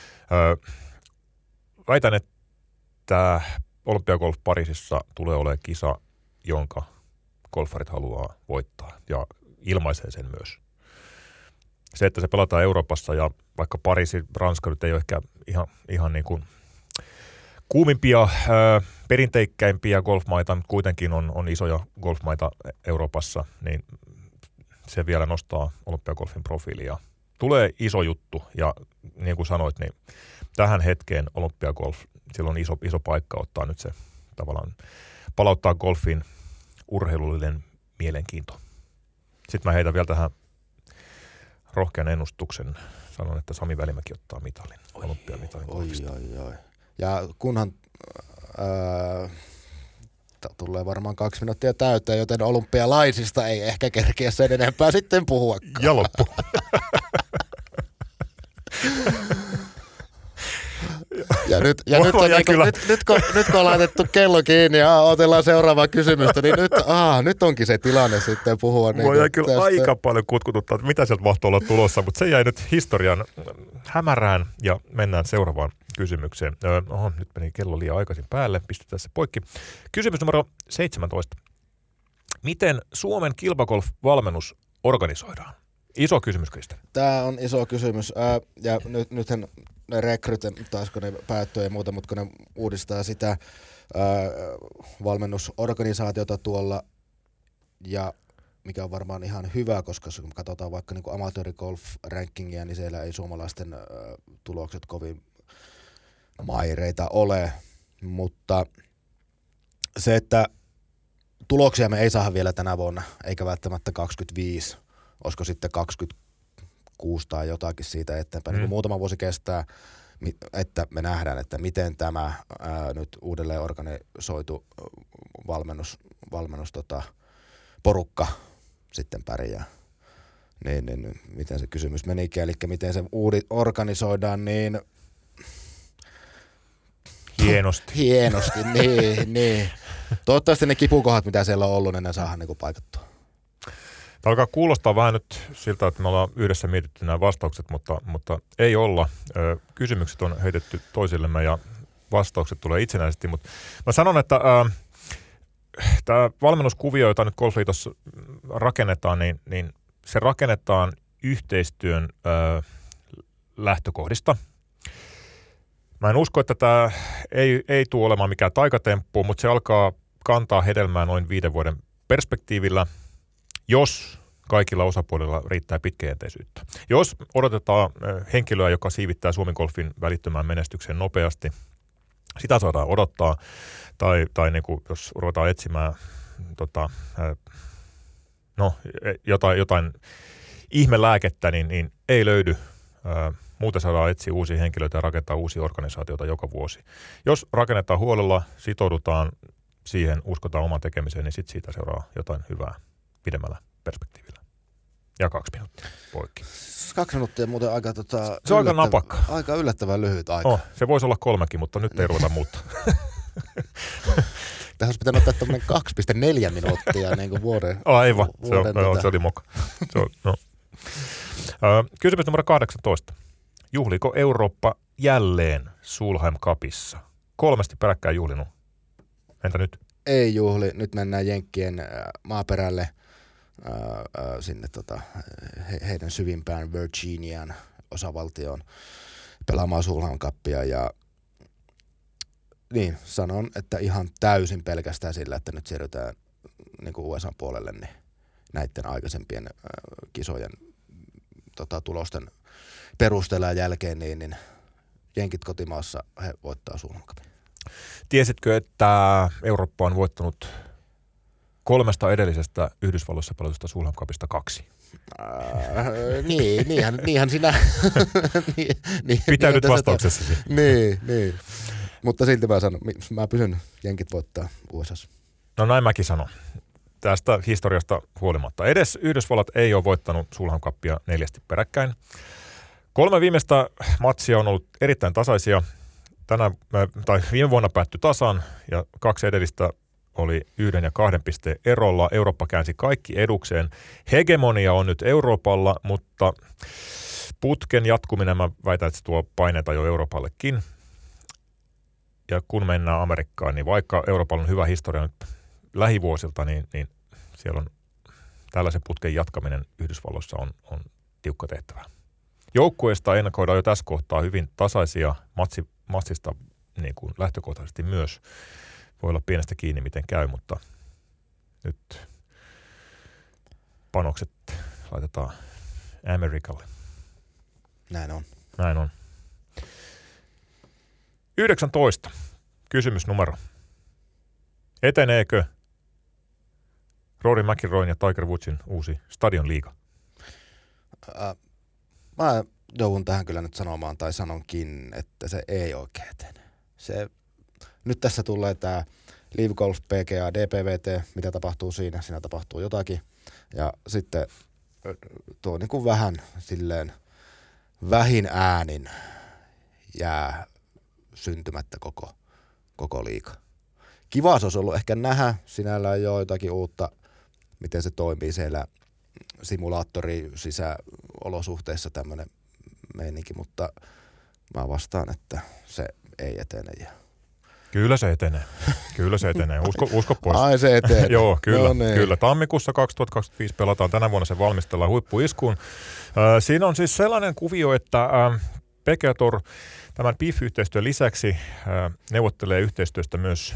Väitän, että olympiagolf Pariisissa tulee olemaan kisa, jonka golfarit haluaa voittaa ja ilmaisee sen myös. Se, että se pelataan Euroopassa ja vaikka Pariisi, Ranska nyt ei ole ehkä ihan niin kuin kuumimpia, perinteikkäimpiä golfmaita, mutta kuitenkin on isoja golfmaita Euroopassa, niin se vielä nostaa olympiagolfin profiilia. Tulee iso juttu ja niin kuin sanoit, niin tähän hetkeen olympiagolf, sillä on iso paikka ottaa nyt se tavallaan, palauttaa golfin urheilullinen mielenkiinto. Sitten mä heitän vielä tähän rohkean ennustuksen. Sanon, että Sami Välimäki ottaa mitalin, olympiamitalin golfista. Ja kunhan tulee varmaan 2 minuuttia täyteen, joten olympialaisista ei ehkä kerkeä sen enempää sitten puhuakaan. Ja loppu. Nyt kun on laitettu kello kiinni ja otellaan seuraavaa kysymystä, niin nyt onkin se tilanne sitten puhua. Mua jäi kyllä aika paljon kutkututtaa, että mitä sieltä mahtoi olla tulossa, mutta se jäi nyt historian hämärään ja mennään seuraavaan kysymykseen. Nyt meni kello liian aikaisin päälle, pistetään se poikki. Kysymys numero 17. Miten Suomen kilpagolf-valmennus organisoidaan? Iso kysymys, Kristen. Tämä on iso kysymys. Ja nythän ne rekryten, taisiko ne päättyä ja muuta, mutta kun ne uudistaa sitä valmennusorganisaatiota tuolla, ja mikä on varmaan ihan hyvä, koska kun katsotaan vaikka niin amatöörigolf-rankingia, niin siellä ei suomalaisten tulokset kovin maireita ole, mutta se, että tuloksia me ei saada vielä tänä vuonna, eikä välttämättä 25, olisiko sitten 26 tai jotakin siitä eteenpäin. Niin muutama vuosi kestää, että me nähdään, että miten tämä nyt uudelleen organisoitu valmennus porukka sitten pärjää. Niin, miten se kysymys menikin, eli miten se organisoidaan, niin Hienosti, niin. Toivottavasti ne kipukohdat, mitä siellä on ollut, ne saadaan niinku paikattua. Tämä alkaa kuulostaa vähän nyt siltä, että me ollaan yhdessä mietitty nämä vastaukset, mutta ei olla. Kysymykset on heitetty toisillemme ja vastaukset tulee itsenäisesti, mutta mä sanon, että tämä valmennuskuvio, jota nyt Golfliitossa rakennetaan, niin se rakennetaan yhteistyön lähtökohdista. Mä en usko, että tämä ei tule olemaan mikään taikatemppu, mutta se alkaa kantaa hedelmää noin 5 vuoden perspektiivillä, jos kaikilla osapuolilla riittää pitkäjänteisyyttä. Jos odotetaan henkilöä, joka siivittää Suomen golfin välittömään menestykseen nopeasti, sitä saadaan odottaa. Tai niin kuin, jos ruvetaan etsimään jotain ihmelääkettä, niin ei löydy. Muuten saadaan etsiä uusia henkilöitä ja rakentaa uusia organisaatioita joka vuosi. Jos rakennetaan huolella, sitoudutaan siihen, uskotaan oman tekemiseen, niin sitten siitä seuraa jotain hyvää pidemmällä perspektiivillä. Ja 2 minuuttia poikki. 2 minuuttia muuten aika se on aika napakka. Aika yllättävän lyhyt aika. Se voisi olla 3, mutta nyt ei ruveta muuttaa. Tähän olisi pitänyt ottaa tämmöinen 2,4 minuuttia niin kuin vuoden. Aivan, se oli moka. Kysymys numero 18. Juhliko Eurooppa jälleen Solheim Cupissa? 3 peräkkäin juhlinut. Entä nyt? Ei juhli. Nyt mennään Jenkkien maaperälle sinne heidän syvimpään Virginian osavaltioon pelaamaan Solheim Cupia ja niin, sanon, että ihan täysin pelkästään sillä, että nyt siirrytään niin kuin USA:n puolelle niin näiden aikaisempien kisojen tulosten perusteella ja jälkeen, niin jenkit kotimaassa he voittaa Solheim Cupin. Tiesitkö, että Eurooppa on voittanut 3 edellisestä Yhdysvalloissa pelotusta Solheim Cupista 2? Niinhän sinä. Pitäydyt vastauksessasi. Niin. Mutta silti mä pysyn, jenkit voittaa USA:ssa. No näin mäkin sanon. Tästä historiasta huolimatta. Edes Yhdysvallat ei ole voittanut Solheim Cupia 4 peräkkäin. 3 viimeistä matsia on ollut erittäin tasaisia. Viime vuonna päättyi tasan ja 2 edellistä oli 1 ja 2 pisteen erolla. Eurooppa käänsi kaikki edukseen. Hegemonia on nyt Euroopalla, mutta putken jatkuminen, mä väitän, että se tuo paineita jo Euroopallekin. Ja kun mennään Amerikkaan, niin vaikka Euroopalla on hyvä historia nyt lähivuosilta, niin siellä on tällaisen putken jatkaminen Yhdysvalloissa on tiukka tehtävä. Joukkueesta ennakoidaan jo tässä kohtaa hyvin tasaisia matsista niin kuin lähtökohtaisesti myös. Voi olla pienestä kiinni, miten käy, mutta nyt panokset laitetaan Amerikalle. Näin on. 19. Kysymysnumero. Eteneekö Rory McIlroyn ja Tiger Woodsin uusi Stadion-liiga? Mä joudun tähän kyllä nyt sanomaan, tai sanonkin, että se ei oikein etene. Nyt tässä tulee tämä Live Golf PGA DPVT, mitä tapahtuu siinä? Siinä tapahtuu jotakin. Ja sitten tuo niin kuin vähän silleen vähin äänin jää syntymättä koko liiga. Kiva se olisi ollut ehkä nähdä sinällään jo jotakin uutta, miten se toimii siellä simulaattori sisäolosuhteissa tämmöinen meininki, mutta mä vastaan, että se ei etene. Kyllä se etenee. Usko pois. Ai se etenee. Joo, kyllä. Tammikuussa 2025 pelataan. Tänä vuonna se valmistellaan huippuiskuun. Siinä on siis sellainen kuvio, että PGA Tour tämän PIF-yhteistyön lisäksi neuvottelee yhteistyöstä myös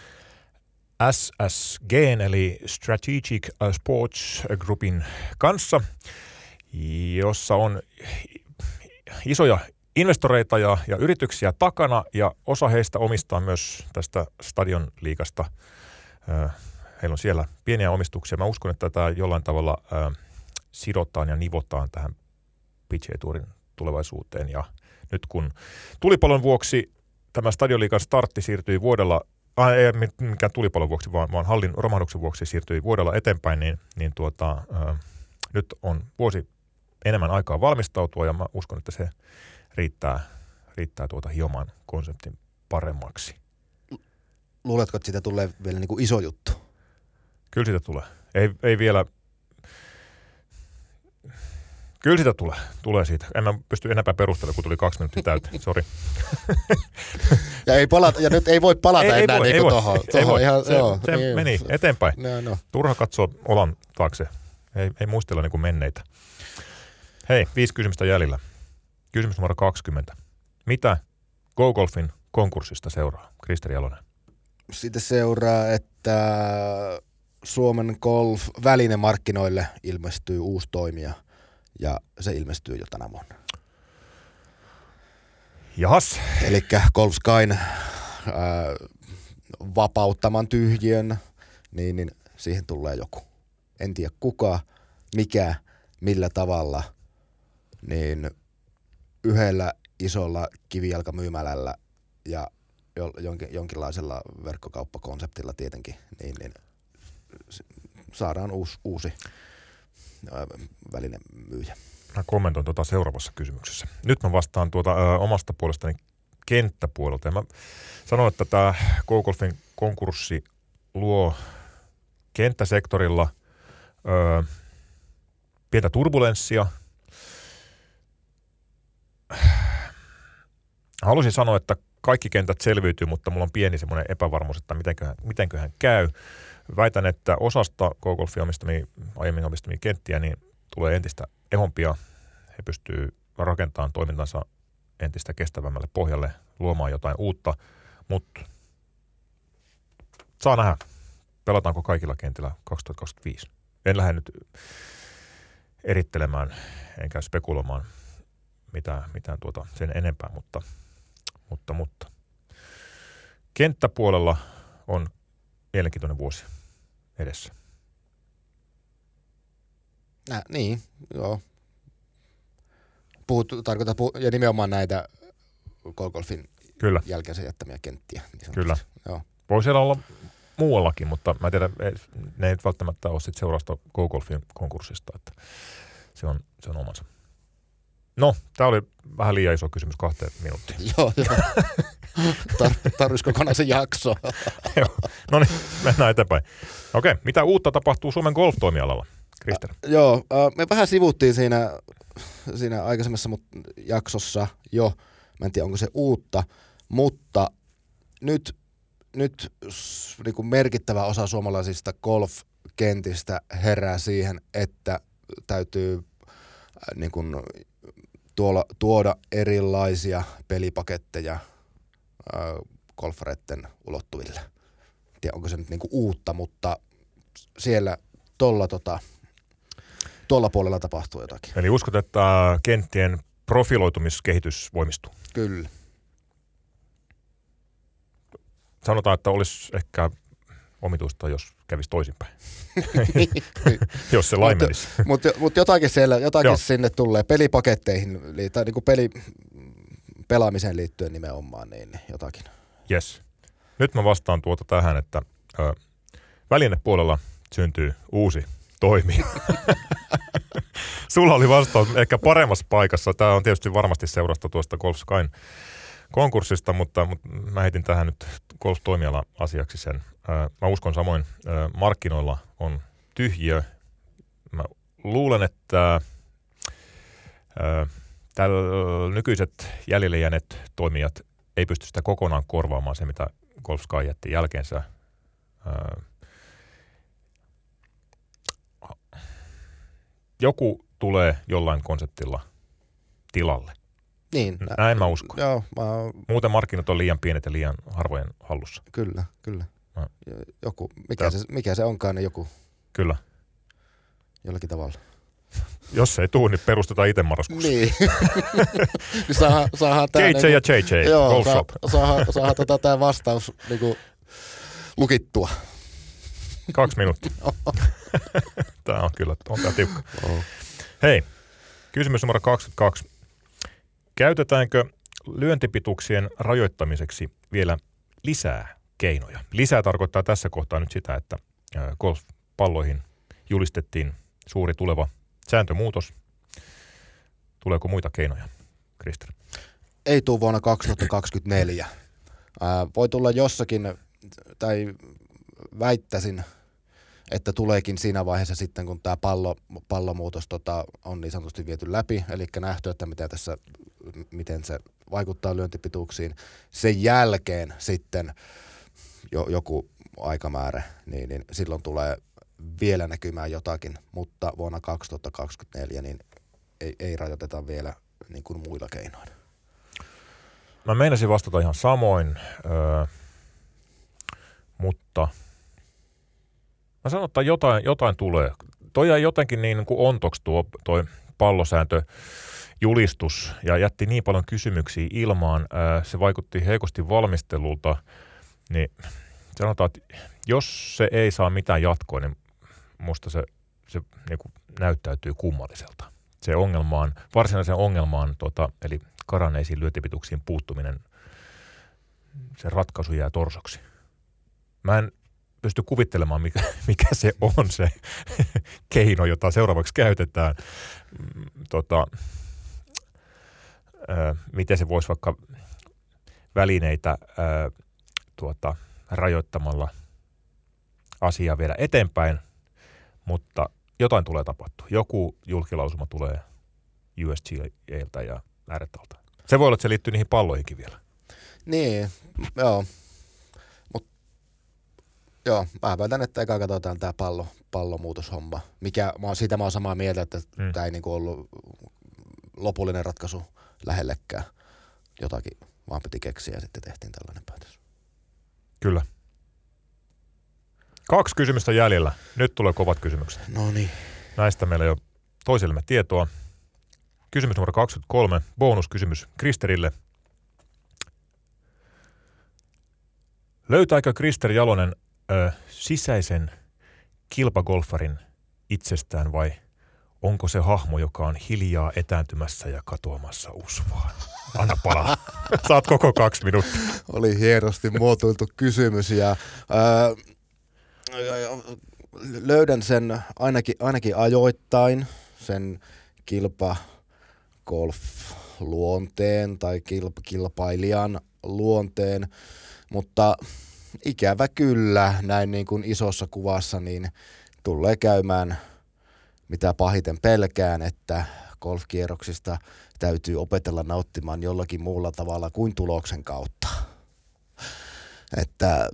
SSG:n eli Strategic Sports Groupin kanssa, jossa on isoja investoreita ja yrityksiä takana, ja osa heistä omistaa myös tästä Stadion-liigasta. Heillä on siellä pieniä omistuksia. Mä uskon, että tämä jollain tavalla sidotaan ja nivotaan tähän PGA Tourin tulevaisuuteen. Ja nyt kun tulipalon vuoksi tämä Stadion-liigan startti siirtyi vuodella, ei mikään tulipalon vuoksi, vaan hallin romahduksen vuoksi siirtyi vuodella eteenpäin, niin nyt on vuosi enemmän aikaa valmistautua, ja mä uskon, että se riittää hiomaan konseptin paremmaksi. Luuletko, että siitä tulee vielä niin kuin iso juttu? Kyllä siitä tulee. Ei vielä Kyllä sitä tulee siitä. En mä pysty enempää perustella, kun tuli 2 minuuttia täyteen. Sori. Ja nyt ei voi palata enää niinku tohon. Ei voi. Se meni eteenpäin. No. Turha katsoa olan taakse. Ei muistella niinku menneitä. Hei, 5 kysymystä jäljellä. Kysymys numero 20. Mitä GoGolfin konkurssista seuraa? Kristeri Jalonen. Siitä seuraa, että Suomen golf-välinemarkkinoille ilmestyy uusi toimija ja se ilmestyy jo tänä vuonna. Jahas. Elikkä Golf Skyn vapauttaman tyhjiön, niin siihen tulee joku. En tiedä kuka, mikä, millä tavalla, niin yhdellä isolla kivijalkamyymälällä ja jonkinlaisella verkkokauppakonseptilla tietenkin, niin saadaan uusi välinemyyjä. Mä kommentoin seuraavassa kysymyksessä. Nyt mä vastaan omasta puolestani kenttäpuolelta. Ja mä sanon, että tämä GoGolfin konkurssi luo kenttäsektorilla pientä turbulenssia. Haluaisin sanoa, että kaikki kentät selviytyy, mutta mulla on pieni semmoinen epävarmuus, että mitenköhän käy. Väitän, että osasta GoGolfia aiemmin omistamia kenttiä niin tulee entistä ehompia. He pystyvät rakentamaan toimintansa entistä kestävämmälle pohjalle, luomaan jotain uutta, mutta saa nähdä, pelataanko kaikilla kentillä 2025. En lähde nyt erittelemään enkä spekuloimaan mitään sen enempää, mutta kenttäpuolella on mielenkiintoinen vuosi edessä. Niin, joo. Ja nimenomaan näitä GoGolfin jälkeisen jättämiä kenttiä. Niin kyllä. Joo. Voi siellä olla muuallakin, mutta mä tiedän, ne ei välttämättä ole sit seurausta GoGolfin konkurssista, että se on omansa. No, tää oli vähän liian iso kysymys 2 minuuttia. Joo. Tarvitsisi kokonaan se jakso. Joo. No niin, mennään eteenpäin. Okei, mitä uutta tapahtuu Suomen golf-toimialalla, Krister? Joo, me vähän sivuttiin siinä aikaisemmassa jaksossa jo. Mä en tiedä, onko se uutta, mutta nyt niin kuin merkittävä osa suomalaisista golf-kentistä herää siihen, että täytyy niin kuin tuoda erilaisia pelipaketteja golfareiden ulottuville. En tiedä, onko se nyt niin kuin uutta, mutta siellä tuolla puolella tapahtuu jotakin. Eli uskot, että kenttien profiloitumiskehitys voimistuu? Kyllä. Sanotaan, että olisi ehkä omituista, jos kävisi toisinpäin. Jos se laimenisi. Mutta jotakin sinne tulee pelipaketteihin tai niinku pelaamiseen liittyen nimenomaan, niin jotakin. Yes. Nyt mä vastaan tähän, että välinepuolella syntyy uusi toimija. Sulla oli vastaus ehkä paremmassa paikassa. Tämä on tietysti varmasti seurasta tuosta Golf Skyn konkurssista, mutta mä heitin tähän nyt golf-toimiala-asiaksi sen. Mä uskon samoin, markkinoilla on tyhjiö. Mä luulen, että nykyiset jäljelle jääneet toimijat ei pysty sitä kokonaan korvaamaan se, mitä Golf Sky jätti jälkeensä. Joku tulee jollain konseptilla tilalle. Niin. Näin mä uskon. Joo, muuten markkinat on liian pienet ja liian harvojen hallussa. Kyllä. Joku, mikä se onkaan, niin joku. Kyllä. Jollakin tavalla. Jos ei tuu, niin perustetaan itse marraskuussa. Niin. Saadaan tää JJ ja JJ, Golf Shop. Saadaan tää vastaus niinku lukittua. 2 minuuttia. Tää on kyllä, on tää tiukka. Hei, kysymys numero 22. Käytetäänkö lyöntipituuksien rajoittamiseksi vielä lisää keinoja? Lisää tarkoittaa tässä kohtaa nyt sitä, että golfpalloihin julistettiin suuri tuleva sääntömuutos. Tuleeko muita keinoja, Krister? Ei tule vuonna 2024. Voi tulla jossakin, tai väittäisin, että tuleekin siinä vaiheessa sitten, kun tämä pallomuutos on niin sanotusti viety läpi, eli nähty, että miten se vaikuttaa lyöntipituuksiin. Sen jälkeen sitten joku aikamäärä, niin silloin tulee vielä näkymään jotakin, mutta vuonna 2024 niin ei rajoiteta vielä niin kuin muilla keinoin. Mä meinasin vastata ihan samoin, mutta mä sanon, että jotain tulee. Toi jäi jotenkin niin kuin ontoksi toi pallosääntöjulistus ja jätti niin paljon kysymyksiä ilmaan. Se vaikutti heikosti valmistelulta, niin sanotaan, että jos se ei saa mitään jatkoa, niin musta se niin kuin näyttäytyy kummalliselta. Se varsinaisen ongelmaan, eli karanneisiin lyöntipituuksiin puuttuminen, se ratkaisu jää torsoksi. Mä en pysty kuvittelemaan, mikä se on se keino, jota seuraavaksi käytetään. Miten se voisi vaikka välineitä rajoittamalla asiaa viedä eteenpäin, mutta jotain tulee tapahtua. Joku julkilausuma tulee USGA:ltä ja RT:ltä. Se voi olla, että se liittyy niihin palloihinkin vielä. Niin, joo. Joo, mä väitän, että eka katsotaan tämä pallomuutoshomma. Siitä mä oon samaa mieltä, että tämä ei niinku ollut lopullinen ratkaisu lähellekään. Jotakin vaan piti keksiä ja sitten tehtiin tällainen päätös. Kyllä. 2 kysymystä jäljellä. Nyt tulee kovat kysymykset. No niin. Näistä meillä jo toisillemme tietoa. Kysymys numero 23. Bonuskysymys Kristerille. Löytääkö Krister Jalonen sisäisen kilpagolfarin itsestään vai onko se hahmo, joka on hiljaa etääntymässä ja katoamassa usvaan? Anna palaa. Saat koko 2 minuuttia. Oli hienosti muotoiltu kysymys ja löydän sen ainakin ajoittain, sen kilpagolf-luonteen tai kilpailijan luonteen, mutta ikävä kyllä näin niin kuin isossa kuvassa niin tulee käymään mitä pahiten pelkään, että golfkierroksista täytyy opetella nauttimaan jollakin muulla tavalla kuin tuloksen kautta. Että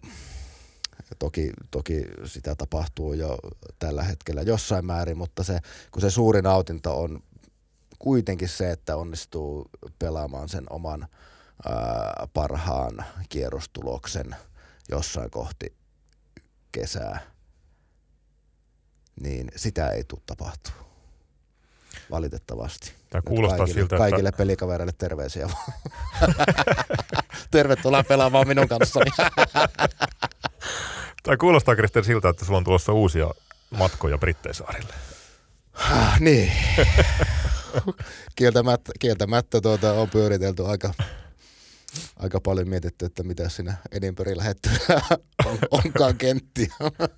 toki sitä tapahtuu jo tällä hetkellä jossain määrin, mutta kun se suuri nautinto on kuitenkin se, että onnistuu pelaamaan sen oman parhaan kierrostuloksen jossain kohti kesää, niin sitä ei tule tapahtua. Valitettavasti. Tämä kuulostaa siltä, kaikille pelikavereille terveisiä. Tervetuloa pelaamaan minun kanssani. Tämä kuulostaa, Krister, siltä, että sulla on tulossa uusia matkoja Britteisaarille. Niin. Kieltämättä on pyöritelty aika paljon mietitty, että mitä siinä Edinburghin lähettyä onkaan kenttiä.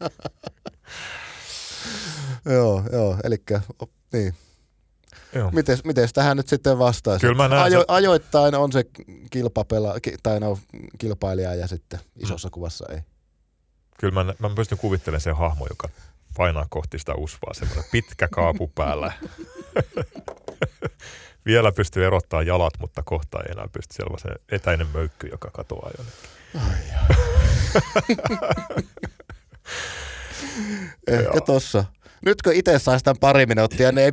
Joo, elikkä niin. Mites tähän nyt sitten vastaisi? Ajoittain on se kilpailija ja sitten isossa kuvassa ei. Kyllä mä pystyn kuvittelemaan sen hahmo, joka painaa kohti sitä usvaa, semmoinen pitkä kaapu päällä. Vielä pystyy erottaa jalat, mutta kohta ei enää pysty. Siellä on se etäinen möykky, joka katoaa jonnekin. Ehkä tossa. Nyt kun itse saisi tämän 2 minuuttia, niin ei...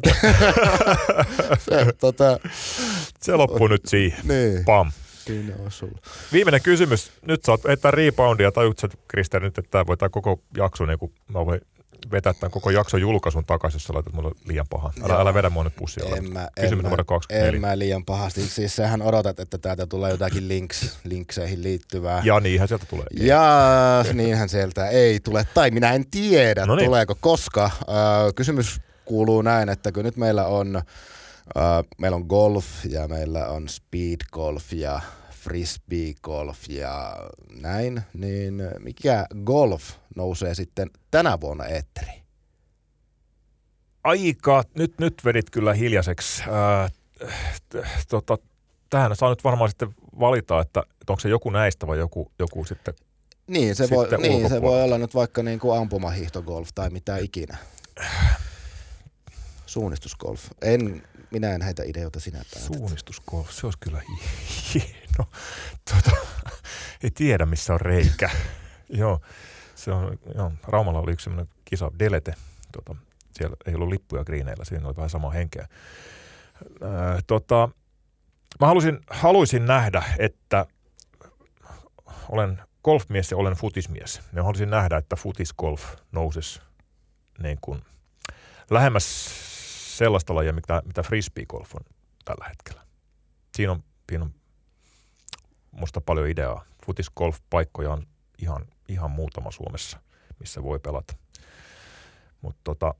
Se loppuu nyt siihen. Niin. Pam. Siinä on sulla. Viimeinen kysymys. Nyt saat heittää reboundia. Tajutko sä, Krister, nyt, että tämä voi tämä koko jakso, niin kun mä voin vetää tämän koko jakson julkaisun takaisin, jos sä laitat mulle liian paha. Älä vedä mua nyt pussia. Kysymys numero 24. En mä liian pahasti. Siis sähän odotat, että täältä tulee jotakin linkseihin liittyvää. Ja niinhän sieltä tulee. Ja niinhän sieltä ei tule. Tai minä en tiedä, tuleeko, koska kysymys kuuluu näin, että kun nyt meillä on golf ja meillä on speed golf ja frisbee golf ja näin, niin mikä golf nousee sitten tänä vuonna eetteriin? Aika, nyt vedit kyllä hiljaiseksi. Tähän saa nyt varmaan sitten valita, että onko se joku näistä vai joku sitten Niin, se voi olla nyt vaikka niin kuin ampumahiihtogolf tai mitä ikinä. Suunnistusgolf. Minä en heitä ideoita sinä päivänä. Suunnistusgolf, se olisi kyllä hieno. Ei tiedä, missä on reikä. Joo, Raumalla oli yksi sellainen kisa, Delete. Siellä ei ollut lippuja greeneillä, siinä oli vähän samaa henkeä. Mä haluaisin nähdä, että olen golfmies ja olen futismies. Ja haluaisin nähdä, että futisgolf nousisi niin kuin lähemmäs sellaista lajia, mitä frisbeegolf on tällä hetkellä. Siinä on musta paljon ideaa. Futisgolf-paikkoja on ihan muutama Suomessa, missä voi pelata. Mutta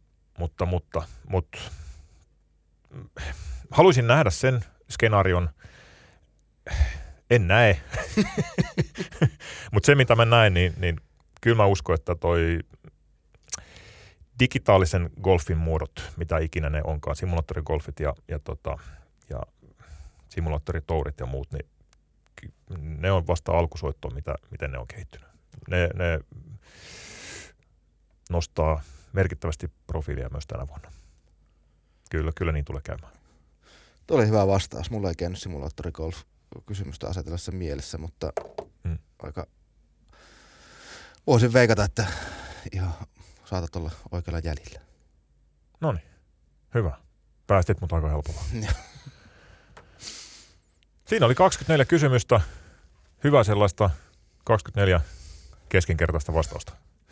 haluaisin nähdä sen skenaarion. En näe. Mutta se, mitä mä näen, niin kyllä mä uskon, että toi digitaalisen golfin muodot, mitä ikinä ne onkaan, simulaattorigolfit ja simulaattoritourit ja muut, niin ne on vasta alkusoittoa, miten ne on kehittynyt. Ne nostaa merkittävästi profiilia myös tänä vuonna. Kyllä niin tulee käymään. Tuo oli hyvä vastaus. Mulla ei käynyt simulaattorigolf-kysymystä asetella sen mielessä, mutta aika voisin veikata, että ihan saatat olla oikealla jäljellä. Noniin, hyvä. Päästit mut aika helpolla. Siinä oli 24 kysymystä. Hyvä sellaista 24 keskinkertaista vastausta.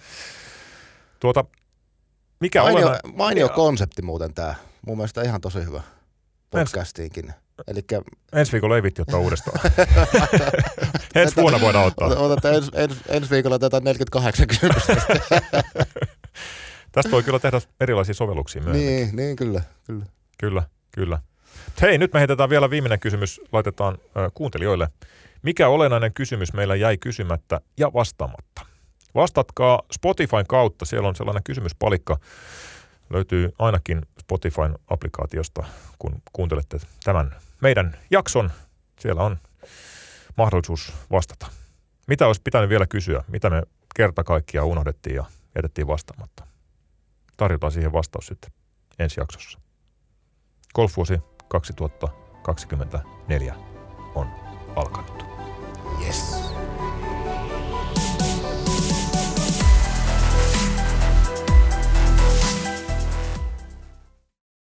Mainio konsepti muuten tää. Mun mielestä ihan tosi hyvä podcastiinkin. Ensi viikolla ei viitti ottaa uudestaan. Ensi vuonna voidaan ottaa. Ensi viikolla tätä 48 kysymystä. Tästä voi kyllä tehdä erilaisia sovelluksia myöhemmin. Niin, kyllä. Kyllä. Hei, nyt me heitetään vielä viimeinen kysymys, laitetaan kuuntelijoille. Mikä olennainen kysymys meillä jäi kysymättä ja vastaamatta? Vastatkaa Spotifyn kautta, siellä on sellainen kysymyspalikka. Löytyy ainakin Spotifyn applikaatiosta, kun kuuntelette tämän meidän jakson. Siellä on mahdollisuus vastata. Mitä olisi pitänyt vielä kysyä? Mitä me kerta kaikkiaan unohdettiin ja jätettiin vastaamatta? Tarjotaan siihen vastaus sitten ensi jaksossa. Golfvuosi 2024.